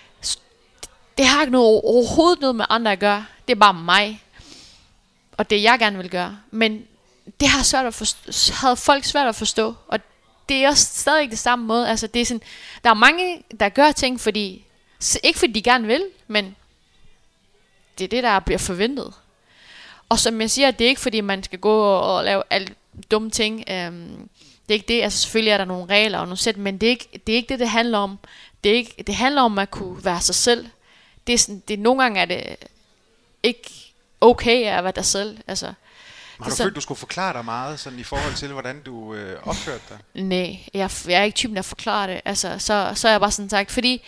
det har ikke noget, overhovedet noget med andre at gøre. Det er bare mig. Og det jeg gerne vil gøre. Men det har svært at forstå, havde folk svært at forstå. Og det er også stadig det samme måde. Altså det er sådan, der er mange, der gør ting, fordi ikke fordi de gerne vil, men det er det, der bliver forventet. Og som jeg siger, det er ikke fordi man skal gå og lave alle dumme ting. Um, det er ikke det. Altså selvfølgelig er der nogle regler og nogle sæt, men det er ikke det, er ikke det, det handler om. Det, er ikke, det handler om at kunne være sig selv. Det er sådan, det nogle gange er det ikke okay at være dig selv. Altså, har du følt, du skulle forklare dig meget sådan i forhold til, hvordan du øh, opførte dig? Nej, jeg, jeg er ikke typen, der forklarer det. Altså, så, så er jeg bare sådan sagt, fordi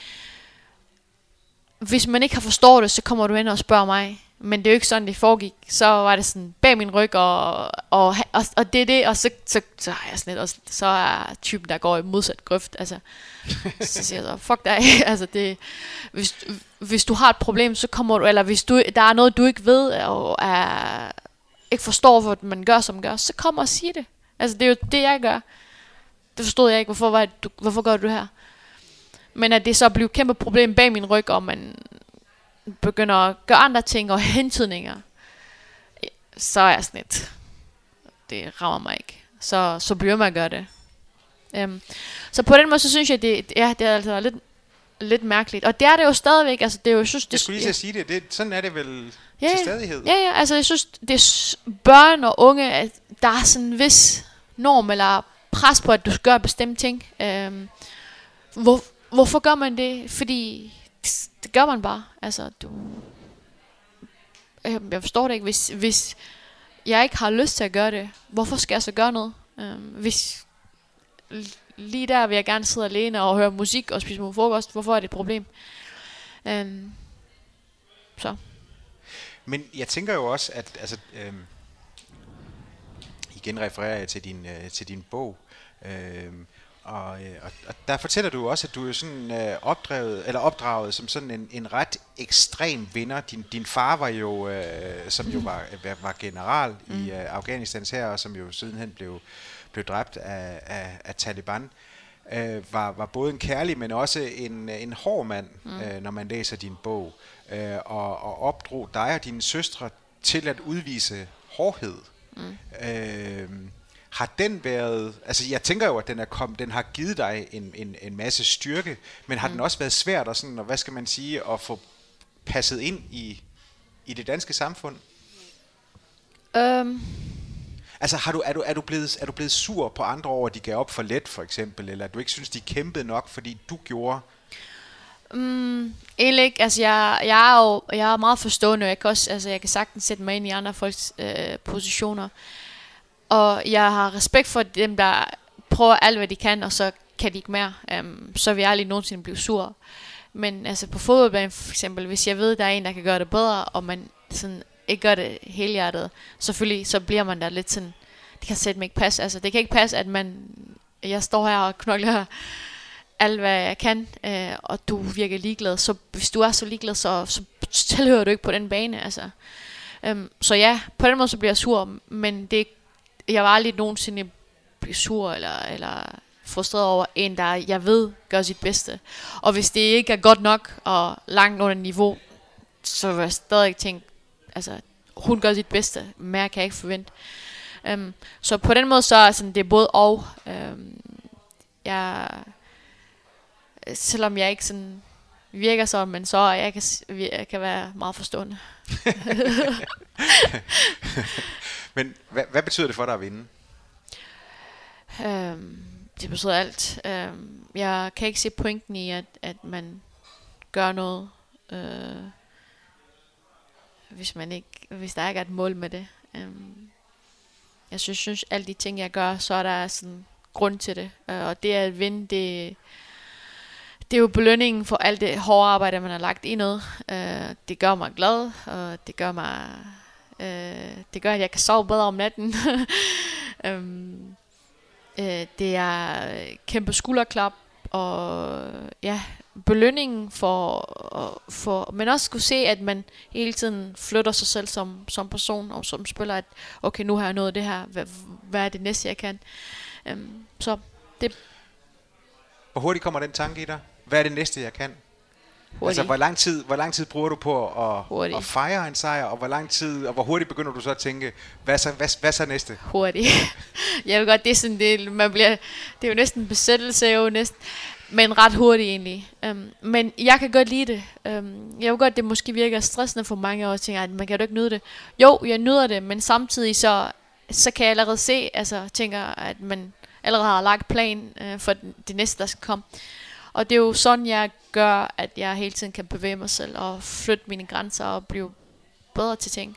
hvis man ikke har forstået det, så kommer du ind og spørger mig. Men det er jo ikke sådan, det foregik. Så var det sådan bag min ryg, og, og, og, og det er det, og så, så, så er jeg sådan lidt, og så er typen, der går i modsat grøft. Altså, så siger jeg så, fuck dig. Altså, det, hvis, hvis du har et problem, så kommer du, eller hvis du, der er noget, du ikke ved, og er, ikke forstår, hvad man gør, som gør, så kom og sig det. Altså, det er jo det, jeg gør. Det forstod jeg ikke, hvorfor, var du, hvorfor gør du det her? Men at det så bliver et kæmpe problem bag min ryg, og man begynder at gøre andre ting og hentydninger, så er jeg sådan lidt, det rammer mig ikke. Så, så bliver man at gøre det. Um, så på den måde, så synes jeg, det, ja, det er altså lidt, lidt mærkeligt. Og det er det jo stadigvæk. Altså, det er jo, jeg synes, det, jeg skulle lige ja. sige det. det. Sådan er det vel ja, til stadighed. Ja, ja. Altså, jeg synes, det er børn og unge, at der er sådan en vis norm eller pres på, at du skal gøre bestemte ting. Um, hvor, hvorfor gør man det? Fordi det, det gør man bare. Altså, du... Jeg forstår det ikke. Hvis, hvis jeg ikke har lyst til at gøre det, hvorfor skal jeg så gøre noget? Um, hvis lige der vil jeg gerne sidde alene og høre musik og spise frokost, hvorfor er det et problem? Um, så. Men jeg tænker jo også, at altså, øhm, igen refererer jeg til din, øh, til din bog, øhm, og, øh, og, og der fortæller du også, at du er sådan øh, opdraget, eller opdraget som sådan en, en ret ekstrem vinder. Din, din far var jo, øh, som jo var, var general mm. i øh, Afghanistans hær, og som jo sidenhen blev, blev dræbt af, af, af Taliban. Øh, var, var både en kærlig, men også en, en hård mand, mm. øh, når man læser din bog, øh, og, og opdrog dig og dine søstre til at udvise hårdhed. Mm. Øh, har den været, altså jeg tænker jo, at den, er kom, den har givet dig en, en, en masse styrke, men har mm. den også været svært, og sådan, og hvad skal man sige, at få passet ind i, i det danske samfund? Um. Altså har du, er, du, er, du blevet, er du blevet sur på andre over, at de gav op for let, for eksempel, eller at du ikke synes, de kæmpede nok, fordi du gjorde? Mm, egentlig ikke. Altså jeg, jeg er jo jeg er meget forstående, og jeg kan også, altså jeg kan sagtens sætte mig ind i andre folks øh, positioner. Og jeg har respekt for dem, der prøver alt, hvad de kan, og så kan de ikke mere. Um, så vil jeg aldrig nogensinde blive sur. Men altså på fodboldbanen for eksempel, hvis jeg ved, der er en, der kan gøre det bedre, og man sådan ikke gør det helhjertet, selvfølgelig så bliver man der lidt sådan, det kan sætte mig ikke passe. Altså det kan ikke passe, at man, jeg står her og knokler alt, hvad jeg kan, øh, og du virker ligeglad. Så hvis du er så ligeglad, så, så tilhører du ikke på den bane. Altså. Um, så ja, på den måde så bliver jeg sur, men det, jeg var aldrig nogensinde blive sur eller, eller frustreret over en, der jeg ved gør sit bedste. Og hvis det ikke er godt nok og langt under niveau, så vil jeg stadig tænke, altså hun gør sit bedste, mere kan jeg ikke forvente. Um, så på den måde så er sådan, det er både og. Um, jeg, selvom jeg ikke sådan virker sådan, men så jeg kan, jeg kan være meget forstående. Men hvad, hvad betyder det for dig at vinde? Um, det betyder alt. Um, jeg kan ikke se pointen i, at, at man gør noget, uh, hvis man ikke, hvis der ikke er et mål med det. Um, jeg synes, synes, alle de ting, jeg gør, så er der sådan grund til det. Uh, og det at vinde, det, det er jo belønningen for alt det hårde arbejde, man har lagt i noget. Uh, det gør mig glad, og det gør mig, uh, det gør, at jeg kan sove bedre om natten. um, uh, det er kæmpe skulderklap, og ja, belønningen for, for, men også skulle se, at man hele tiden flytter sig selv som, som person, og som spiller, at okay, nu har jeg nået det her, hvad, hvad er det næste, jeg kan? Um, så det. Hvor hurtigt kommer den tanke i dig? Hvad er det næste, jeg kan? Hurtigt. Altså, hvor lang tid, hvor lang tid bruger du på at, at fejre en sejr, og hvor lang tid, og hvor hurtigt begynder du så at tænke, hvad så, hvad, hvad så næste? Hurtigt. Jeg ved godt, det er sådan, det, man bliver, det er jo næsten en besættelse, jo næsten, men ret hurtigt egentlig. Um, men jeg kan godt lide det. Um, jeg ved godt, det måske virker stressende for mange, og tænker, at man kan jo ikke nyde det. Jo, jeg nyder det, men samtidig så, så kan jeg allerede se, altså tænker, at man allerede har lagt plan uh, for det næste, der skal komme. Og det er jo sådan, jeg gør, at jeg hele tiden kan bevæge mig selv og flytte mine grænser og blive bedre til ting.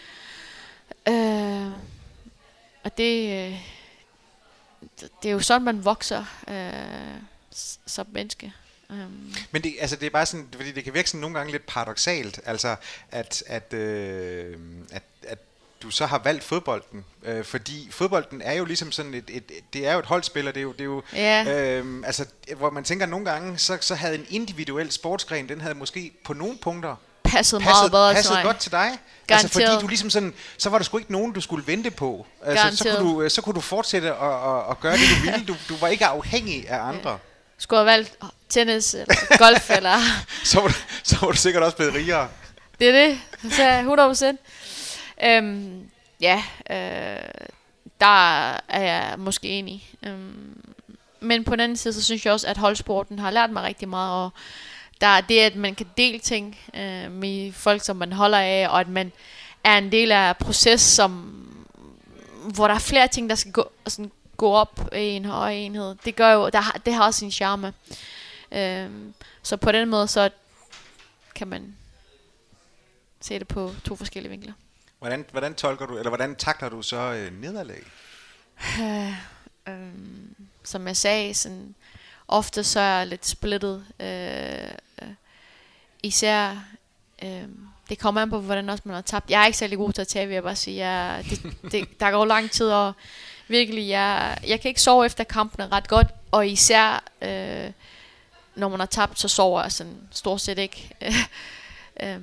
Uh, og det, uh, det er jo sådan, man vokser uh, som menneske. Um. Men det, altså det er bare sådan, fordi det kan virke sådan nogle gange lidt paradoksalt, altså at, at, øh, at, at du så har valgt fodbolden, øh, fordi fodbolden er jo ligesom sådan et, et, et det er jo et holdspil, og det er jo, det er jo yeah. øh, altså hvor man tænker nogle gange, så, så havde en individuel sportsgren, den havde måske på nogle punkter passet, passet meget bedre passet til mig. godt til dig. Garanteret. Altså fordi du ligesom sådan, så var der sgu ikke nogen, du skulle vente på. Altså, så, kunne du, så kunne du fortsætte at, at, at gøre det, du ville. Du, du var ikke afhængig af andre. Ja. Skulle have valgt tennis eller golf eller... så, var du, så var du sikkert også blevet rigere. Det er det. Så hundrede procent. Øhm, ja, øh, der er jeg måske enig. Øhm, men på den anden side, så synes jeg også, at holdsporten har lært mig rigtig meget. Og der er det, at man kan dele ting øh, med folk, som man holder af, og at man er en del af proces, som, hvor der er flere ting, der skal gå, sådan, gå op i en høj enhed. Det gør jo, der har, det har også sin charme. Øhm, så på den måde, så kan man se det på to forskellige vinkler. Hvordan, hvordan tolker du, eller hvordan takler du så øh, nederlag? Øh, øh, som jeg sagde, sådan, ofte så er jeg lidt splittet. Øh, øh, især, øh, det kommer an på, hvordan også man har tabt. Jeg er ikke særlig god til at tabe, vil jeg bare sige. Jeg, det, det, der går lang tid, og virkelig, jeg, jeg kan ikke sove efter kampene ret godt, og især, øh, når man har tabt, så sover jeg sådan stort set ikke. øh,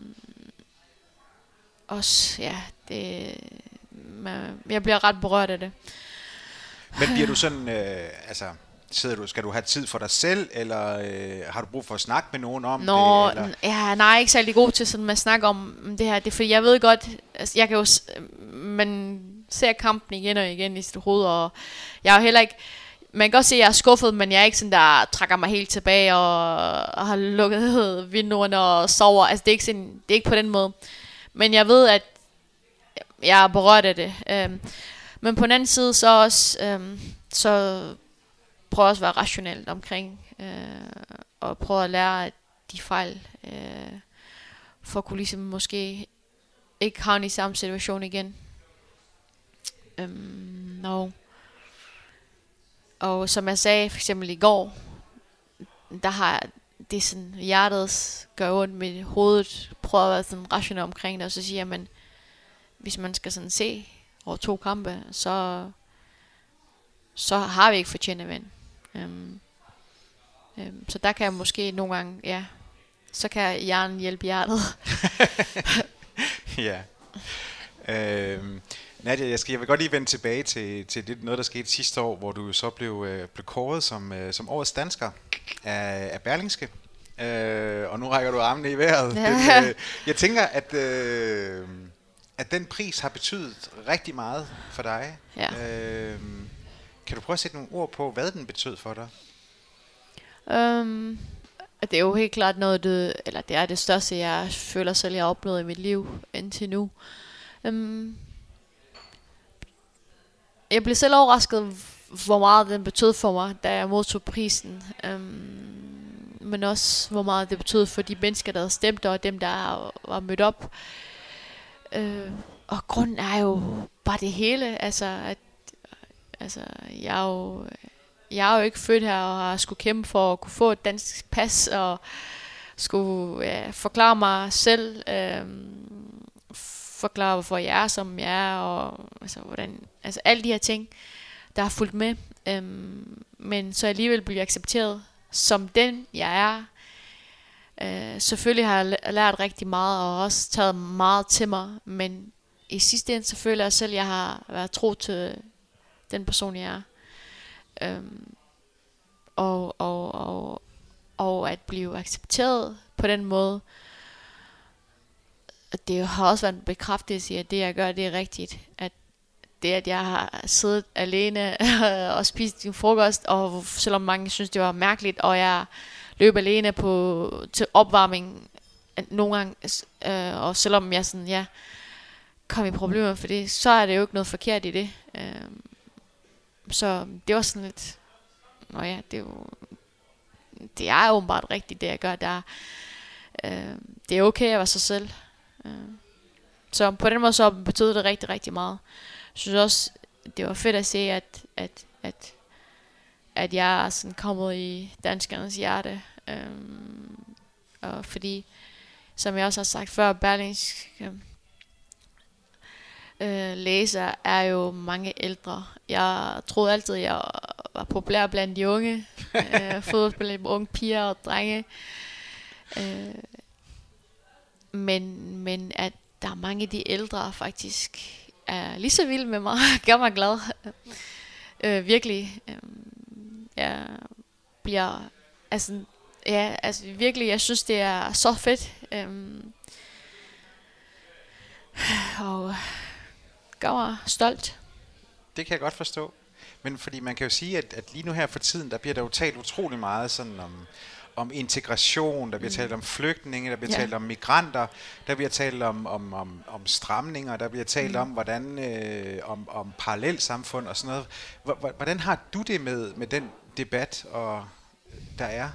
Også, ja, det, man, jeg bliver ret berørt af det. Men bliver du sådan, øh, altså, sidder du, skal du have tid for dig selv, eller øh, har du brug for at snakke med nogen om Nå, det? Eller? Ja, nej, jeg er ikke særlig god til sådan at snakke om det her. Det er fordi, jeg ved godt, altså, jeg kan jo, men ser kampen igen og igen i sit hoved, og jeg er heller ikke, man kan godt se, at jeg er skuffet, men jeg er ikke sådan, der trækker mig helt tilbage og, og har lukket vinduerne og sover. Altså det er, ikke sådan, det er ikke på den måde. Men jeg ved, at jeg er berørt af det. Øhm, men på den anden side, så også, øhm, så prøver jeg også at være rationelt omkring, øh, og prøve at lære af de fejl, øh, for at kunne ligesom måske ikke havne i samme situation igen. Øhm, no. Og som jeg sagde for eksempel i går, der har det sådan, hjertet gør ondt med hovedet, prøver at være sådan rationel omkring det, og så siger jeg, men hvis man skal sådan se over to kampe, så så har vi ikke fortjent at vinde. Øhm, øhm, så der kan jeg måske nogle gange, ja, så kan hjernen hjælpe hjertet. Ja. Øhm, Nadia, jeg, skal, jeg vil godt lige vende tilbage til, til det, noget, der skete sidste år, hvor du så blev, øh, blev kåret som, øh, som årets dansker af, af Berlingske. Øh, og nu rækker du armene i vejret. Ja. Den, øh, jeg tænker, at, øh, at den pris har betydet rigtig meget for dig. Ja. Øh, kan du prøve at sætte nogle ord på, hvad den betød for dig? Um, det er jo helt klart noget, det, eller det er det største, jeg føler selv, jeg har opnået i mit liv indtil nu. Um, jeg blev selv overrasket, hvor meget den betød for mig, da jeg modtog prisen. Um, men også, hvor meget det betød for de mennesker, der havde stemt, og dem, der var mødt op. Uh, og grunden er jo bare det hele. Altså, at altså, jeg er jo... Jeg er jo ikke født her og har skulle kæmpe for at kunne få et dansk pas og skulle ja, forklare mig selv, øhm, forklare hvorfor jeg er som jeg er og altså hvordan, altså alle de her ting der har fulgt med, øhm, men så alligevel bliver accepteret som den jeg er. Øh, selvfølgelig har jeg lært rigtig meget og også taget meget til mig, men i sidste ende så føler jeg selv at jeg har været tro til den person jeg er. Øhm, og, og, og, og at blive accepteret på den måde, det har også været en bekræftelse i, at det jeg gør, det er rigtigt. At det at jeg har siddet alene og spist en frokost, og selvom mange synes det var mærkeligt, og jeg løb alene på til opvarming nogle gange, øh, og selvom jeg sådan ja kom i problemer for det, så er det jo ikke noget forkert i det. øh, Så det var sådan lidt, nå ja, det er jo, det er åbenbart rigtigt, det jeg gør der. Øh, det er okay at være sig selv. Øh. Så på den måde så betød det rigtig, rigtig meget. Jeg synes også, det var fedt at se, at, at, at, at jeg er sådan kommet i danskernes hjerte. Øh. Og fordi, som jeg også har sagt før, Berlingske Øh, læser er jo mange ældre. Jeg troede altid, jeg var populær blandt de unge. øh, Fodboldspillere, unge piger og drenge. Øh, men, men at der er mange af de ældre faktisk er lige så vilde med mig. Gør mig glad. øh, virkelig. Øh, jeg bliver... Altså, ja, altså virkelig, jeg synes, det er så fedt. Øh, og... gør mig stolt. Det kan jeg godt forstå. Men fordi man kan jo sige, at, at lige nu her for tiden, der bliver der jo talt utrolig meget sådan om, om integration, der bliver mm. talt om flygtninge, der bliver ja. talt om migranter, der bliver talt om, om, om, om stramninger, der bliver talt mm. om, hvordan, øh, om, om parallelsamfund og sådan noget. Hvordan har du det med, med den debat, og, der er?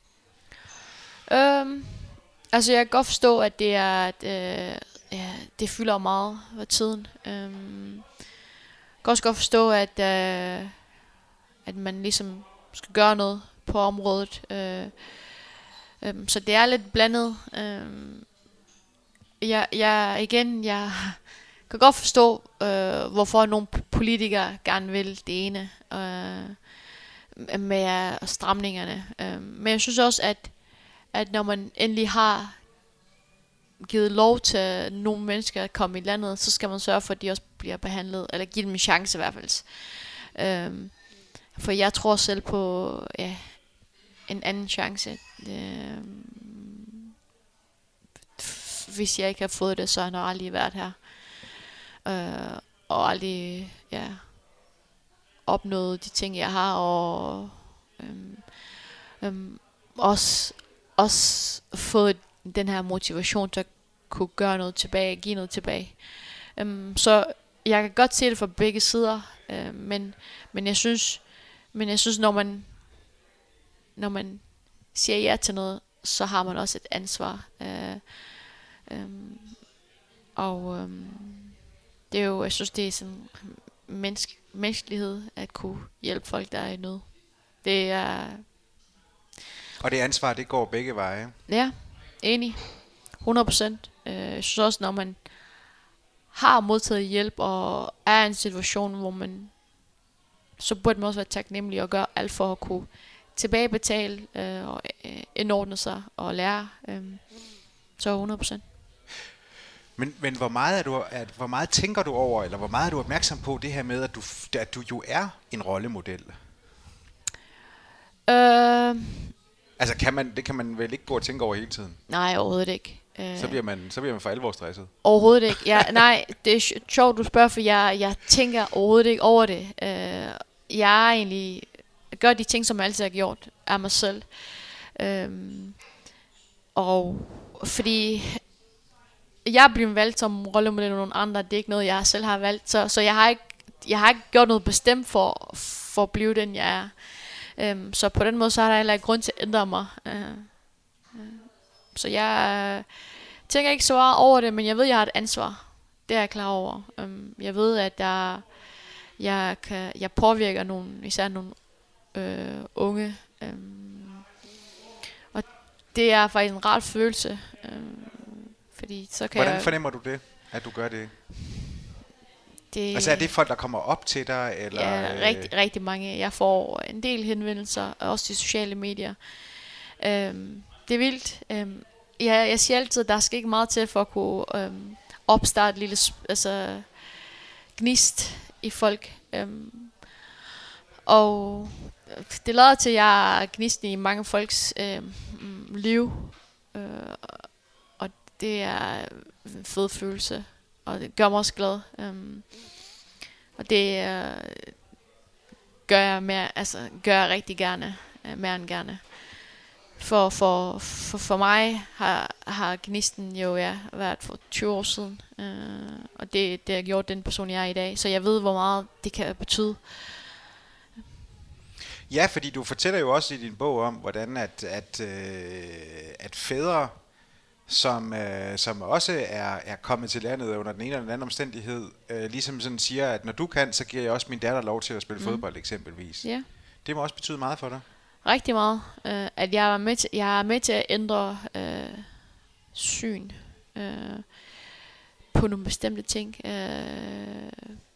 Øhm, altså jeg kan godt forstå, at det er... At, øh, ja, det fylder meget ved tiden. Øhm, jeg kan også godt forstå, at, øh, at man ligesom skal gøre noget på området. Øh, øh, så det er lidt blandet. Øh, jeg, jeg, igen, jeg kan godt forstå, øh, hvorfor nogle politikere gerne vil det ene øh, med stramningerne. Øh, men jeg synes også, at, at når man endelig har givet lov til nogle mennesker at komme i landet, så skal man sørge for, at de også bliver behandlet, eller give dem en chance i hvert fald. Øhm, for jeg tror selv på ja, en anden chance. Øhm, hvis jeg ikke har fået det, så har jeg nok aldrig været her. Øh, og aldrig ja, opnået de ting, jeg har, og øhm, øhm, også, også fået den her motivation til at kunne gøre noget tilbage, give noget tilbage. Øhm, så jeg kan godt se det fra begge sider, øh, men, men jeg synes, men jeg synes, når man, når man siger ja til noget, så har man også et ansvar. Øh, øh, og øh, det er jo, jeg synes, det er sådan menneske, menneskelighed at kunne hjælpe folk, der er i nød. Det er... Og det ansvar, det går begge veje. Ja, enig. hundrede procent. Øh, jeg synes også, når man har modtaget hjælp og er i en situation, hvor man, så burde man også være taknemmelig og gøre alt for at kunne tilbagebetale øh, og øh, indordne sig og lære. Øh, så hundrede procent. Men, men hvor, meget er du, at, hvor meget tænker du over, eller hvor meget er du opmærksom på det her med, at du, at du jo er en rollemodel? Øh, altså kan man, det kan man vel ikke gå og tænke over hele tiden? Nej, overhovedet ikke. Øh, så, bliver man, så bliver man for alvor stresset. Overhovedet ikke. Jeg, nej, det er sjovt, du spørger, for jeg, jeg tænker overhovedet ikke over det. Øh, jeg er egentlig... Jeg gør de ting, som jeg altid har gjort af mig selv. Øh, og fordi... Jeg er blevet valgt som rollemodel af nogle andre. Det er ikke noget, jeg selv har valgt. Så, så jeg, har ikke, jeg har ikke gjort noget bestemt for, for at blive den, jeg er. Um, så på den måde, så har der heller ikke grund til at ændre mig. Uh, uh, så jeg uh, tænker ikke så meget over det, men jeg ved, at jeg har et ansvar. Det er jeg klar over. Um, jeg ved, at der, jeg, kan, jeg påvirker nogle, især nogle uh, unge. Um, og det er faktisk en rar følelse. Um, Fordi så kan Hvordan jeg, fornemmer du det, at du gør det? det Altså er det folk, der kommer op til dig? Eller? Ja, rigtig, rigtig mange. Jeg får en del henvendelser, også i sociale medier. Øhm, det er vildt. Øhm, ja, jeg siger altid, at der skal ikke meget til for at kunne øhm, opstarte et lille altså, gnist i folk. Øhm, og det lader til, at jeg er gnisten i mange folks øhm, liv. Øh, Det er en fed følelse, og det gør mig også glad. Um, og det uh, gør jeg mere, altså gør jeg rigtig gerne, uh, mere end gerne. For for for, for mig har har gnisten jo ja været for tyve år siden, uh, og det det har gjort den person jeg er i dag. Så jeg ved hvor meget det kan betyde. Ja, fordi du fortæller jo også i din bog om hvordan at at øh, at fædre som, øh, som også er, er kommet til landet under den ene eller den anden omstændighed, øh, ligesom sådan siger, at når du kan, så giver jeg også min datter lov til at spille mm. fodbold eksempelvis. Yeah. Det må også betyde meget for dig. Rigtig meget. Øh, at jeg er med til, jeg er med til at ændre øh, syn øh, på nogle bestemte ting. Øh,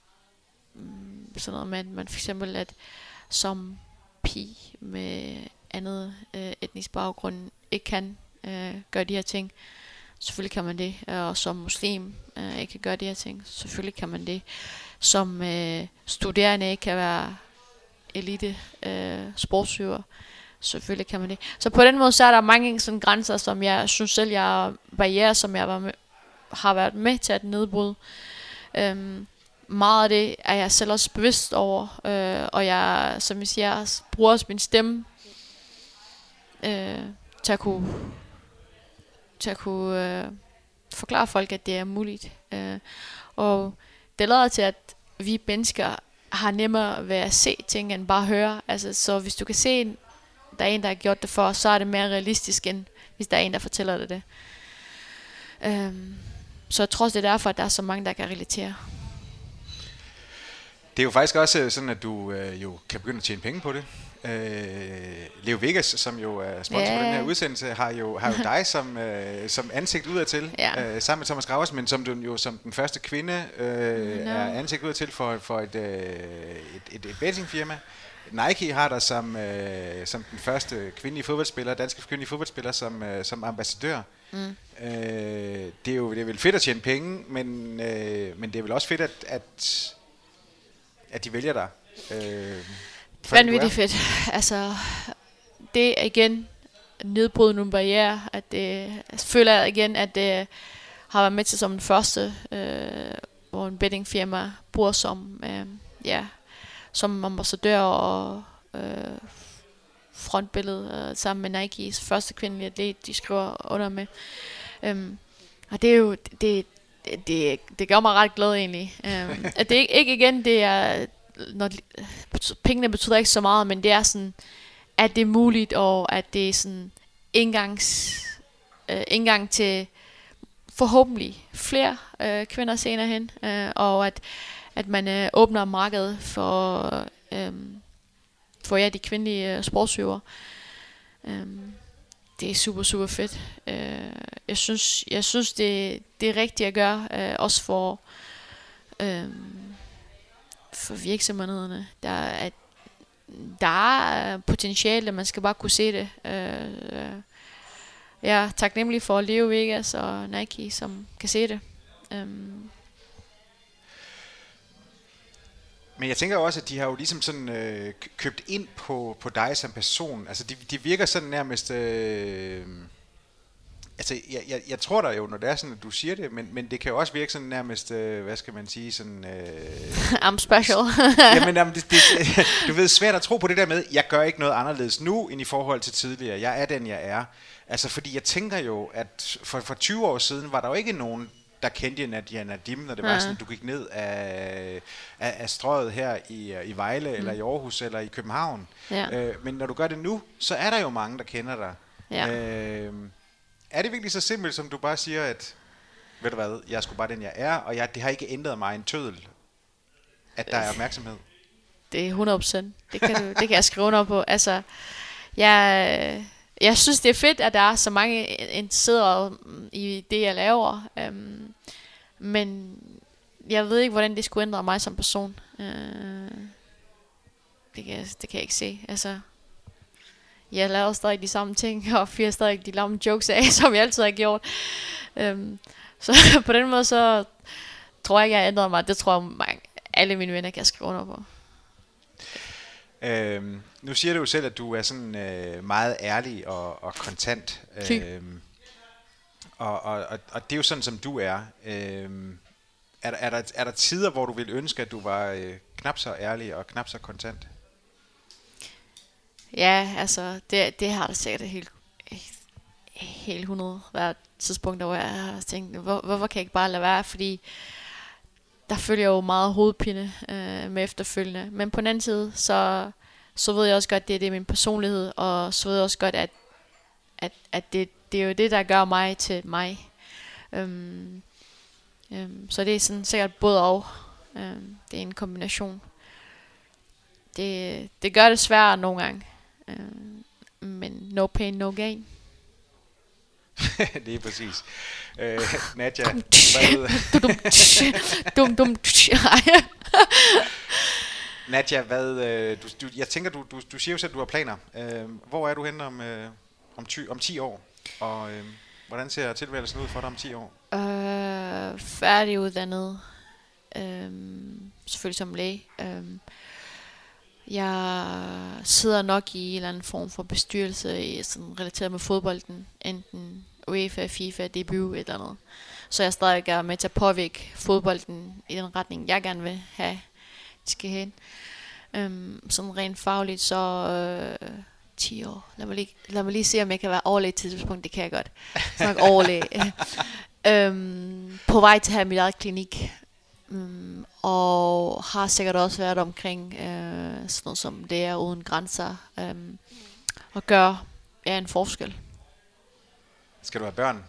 sådan noget med, at man for eksempel, at som pige med andet øh, etnisk baggrund ikke kan Øh, gør de her ting. Selvfølgelig kan man det. Og som muslim øh, ikke kan gøre de her ting. Selvfølgelig kan man det. Som øh, studerende ikke kan være elite øh, sportsøver. Selvfølgelig kan man det. Så på den måde så er der mange sådan grænser, som jeg synes selv, jeg barrierer, som jeg var med, har været med til at nedbryde. Øhm, meget af det er jeg selv også bevidst over. Øh, og jeg, som jeg siger, bruger også min stemme øh, til at kunne til at kunne øh, forklare folk, at det er muligt. Øh, og det lader til, at vi mennesker har nemmere ved at se ting, end bare høre. Altså, så hvis du kan se, en, der er en, der har gjort det for, så er det mere realistisk, end hvis der er en, der fortæller dig det. Øh, så jeg tror også, det er derfor, at der er så mange, der kan relatere. Det er jo faktisk også sådan, at du øh, jo kan begynde at tjene penge på det. Øh, Leo Vegas, som jo er sponsor yeah. på den her udsendelse, har jo, har jo dig som, øh, som ansigt udadtil, yeah. øh, sammen med Thomas Gravers, men som du jo som den første kvinde øh, no. er ansigt udadtil for, for et, øh, et, et, et bettingfirma. Nike har dig som, øh, som den første kvindelige fodboldspiller, danske kvindelige fodboldspiller, som, øh, som ambassadør. Mm. Øh, det er jo det er vel fedt at tjene penge, men, øh, men det er vel også fedt, at, at, at de vælger dig. Øh, Vanvittigt fedt. Altså, det er igen nedbryde nogle barrierer. At det, jeg føler igen, at det har været med til som den første, øh, hvor en bettingfirma bruger som, øh, ja, som ambassadør og øh, frontbillede øh, sammen med Nikes første kvindelige atlet, de skriver under med. Um, og det er jo det, det, det, det gør mig ret glad egentlig. Um, at det ikke, ikke igen det er når pengene betyder ikke så meget, men det er sådan at det er muligt, og at det er sådan indgangs øh, indgang til forhåbentlig flere øh, kvinder senere hen, øh, og at at man øh, åbner markedet for øh, for ja de kvindelige øh, sportsøvere. Um, Det er super, super fedt. Uh, jeg synes, jeg synes det, det er rigtigt at gøre, uh, også for, um, for virksomhederne. Der er, at der er potentiale, man skal bare kunne se det. Uh, uh, jeg er taknemmelig for Leo Vegas og Nike, som kan se det. Um, Men jeg tænker også, at de har jo ligesom sådan øh, købt ind på, på dig som person. Altså de, de virker sådan nærmest... Øh, altså jeg, jeg, jeg tror der jo, når det er sådan, at du siger det, men, men det kan jo også virke sådan nærmest, øh, hvad skal man sige, sådan... Øh, I'm special. jamen, jamen det, det, du ved, svært at tro på det der med, jeg gør ikke noget anderledes nu, end i forhold til tidligere. Jeg er den, jeg er. Altså fordi jeg tænker jo, at for, for tyve år siden var der jo ikke nogen, der kendte Nadia Nadim, når det ja. var sådan, at du gik ned af, af, af strøget her i, i Vejle, mm. eller i Aarhus, eller i København. Ja. Øh, men når du gør det nu, så er der jo mange, der kender dig. Ja. Øh, er det virkelig så simpelt, som du bare siger, at ved du hvad, jeg er sgu bare den, jeg er, og jeg, det har ikke ændret mig en tøddel, at der er opmærksomhed? Det er hundrede procent. Det kan, du, det kan jeg skrive under på. Altså, jeg... Jeg synes, det er fedt, at der er så mange interesserede i det, jeg laver. Um, men jeg ved ikke, hvordan det skulle ændre mig som person. Uh, det, kan, det kan jeg ikke se. Altså, jeg laver stadig de samme ting, og fyrer stadig de lamme jokes af, som jeg altid har gjort. Um, så på den måde, så tror jeg ikke, jeg har ændret mig. Det tror jeg, mange, alle mine venner kan skrive under på. Øhm, nu siger du jo selv, at du er sådan øh, meget ærlig og, og kontant. Øhm, og, og, og, og det er jo sådan, som du er. Øhm, er, der, er, der, er der tider, hvor du ville ønske, at du var øh, knap så ærlig og knap så kontant? Ja, altså, det, det har der sikkert helt, helt hundrede været tidspunkter, hvor jeg har tænkt, hvor, hvorfor kan jeg ikke bare lade være? Fordi der følger jo meget hovedpine øh, med efterfølgende. Men på den anden side, så, så ved jeg også godt, at det, det er min personlighed. Og så ved jeg også godt, at, at, at det, det er jo det, der gør mig til mig. Øhm, øhm, så det er sådan sikkert både og. Øhm, det er en kombination. Det, det gør det sværere nogle gange. Øhm, men no pain, no gain. Det er præcis. Øh, Nadia, hvad... dum, dum, Nadia, hvad... Øh, du, du, jeg tænker, du, du, du siger jo selv, at du har planer. Øh, hvor er du henne om, øh, om, ty, om ti år? Og øh, hvordan ser tilværelsen ud for dig om ti år? Øh, færdiguddannet. Øh, selvfølgelig som læge. Øh, jeg sidder nok i en eller anden form for bestyrelse i, sådan, relateret med fodbolden. Enten UEFA, FIFA, D B U, et eller andet. Så jeg stadig er med til at påvirke fodbolden i den retning, jeg gerne vil have, de skal hen. Um, sådan rent fagligt, så øh, ti år. Lad mig, lige, lad mig lige se, om jeg kan være overlæge til tidspunkt. Det kan jeg godt. Snak overlæge. um, på vej til at have mit eget klinik. Um, og har sikkert også været omkring øh, sådan noget som det er uden grænser. Um, og gøre ja, en forskel. Skal du have børn?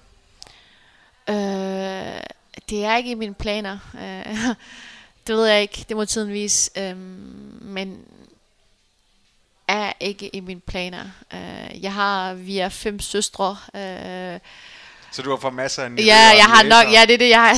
Øh, det er ikke i mine planer. Øh, det ved jeg ikke. Det må tiden vise. Øh, men er ikke i mine planer. Øh, jeg har via fem søstre. Øh, Så du har fået masser af ja, jeg har nok. Ja, det er det jeg har.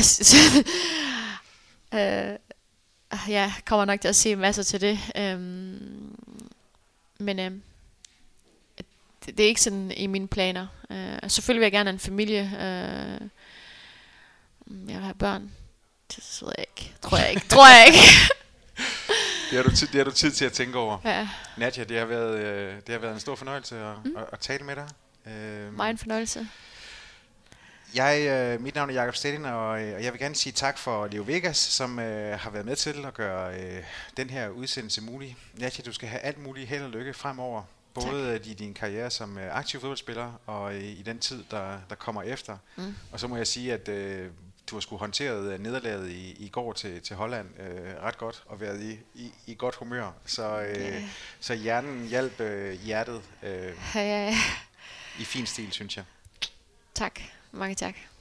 øh, jeg kommer nok til at se masser til det. Øh, men øh, det, det er ikke sådan i mine planer. Uh, selvfølgelig vil jeg gerne have en familie. Uh, jeg vil have børn. Det ved jeg ikke. Tror jeg ikke. Tror jeg ikke. det, har du tid, det har du tid til at tænke over. Ja. Nadia, det har været, øh, det har været en stor fornøjelse at, mm. at, at tale med dig. Uh, Meget en fornøjelse. Jeg, øh, mit navn er Jakob Stedin, og, øh, og jeg vil gerne sige tak for Leo Vegas, som øh, har været med til at gøre øh, den her udsendelse mulig. Nadja, du skal have alt muligt held og lykke fremover, både tak. i din karriere som øh, aktiv fodboldspiller og øh, i den tid, der, der kommer efter. Mm. Og så må jeg sige, at øh, du har sgu håndteret nederlaget i, i går til, til Holland øh, ret godt og været i, i, i godt humør. Så, øh, okay. så hjernen hjalp øh, hjertet øh, ja, ja, ja. i fin stil, synes jeg. Tak. Mange tak.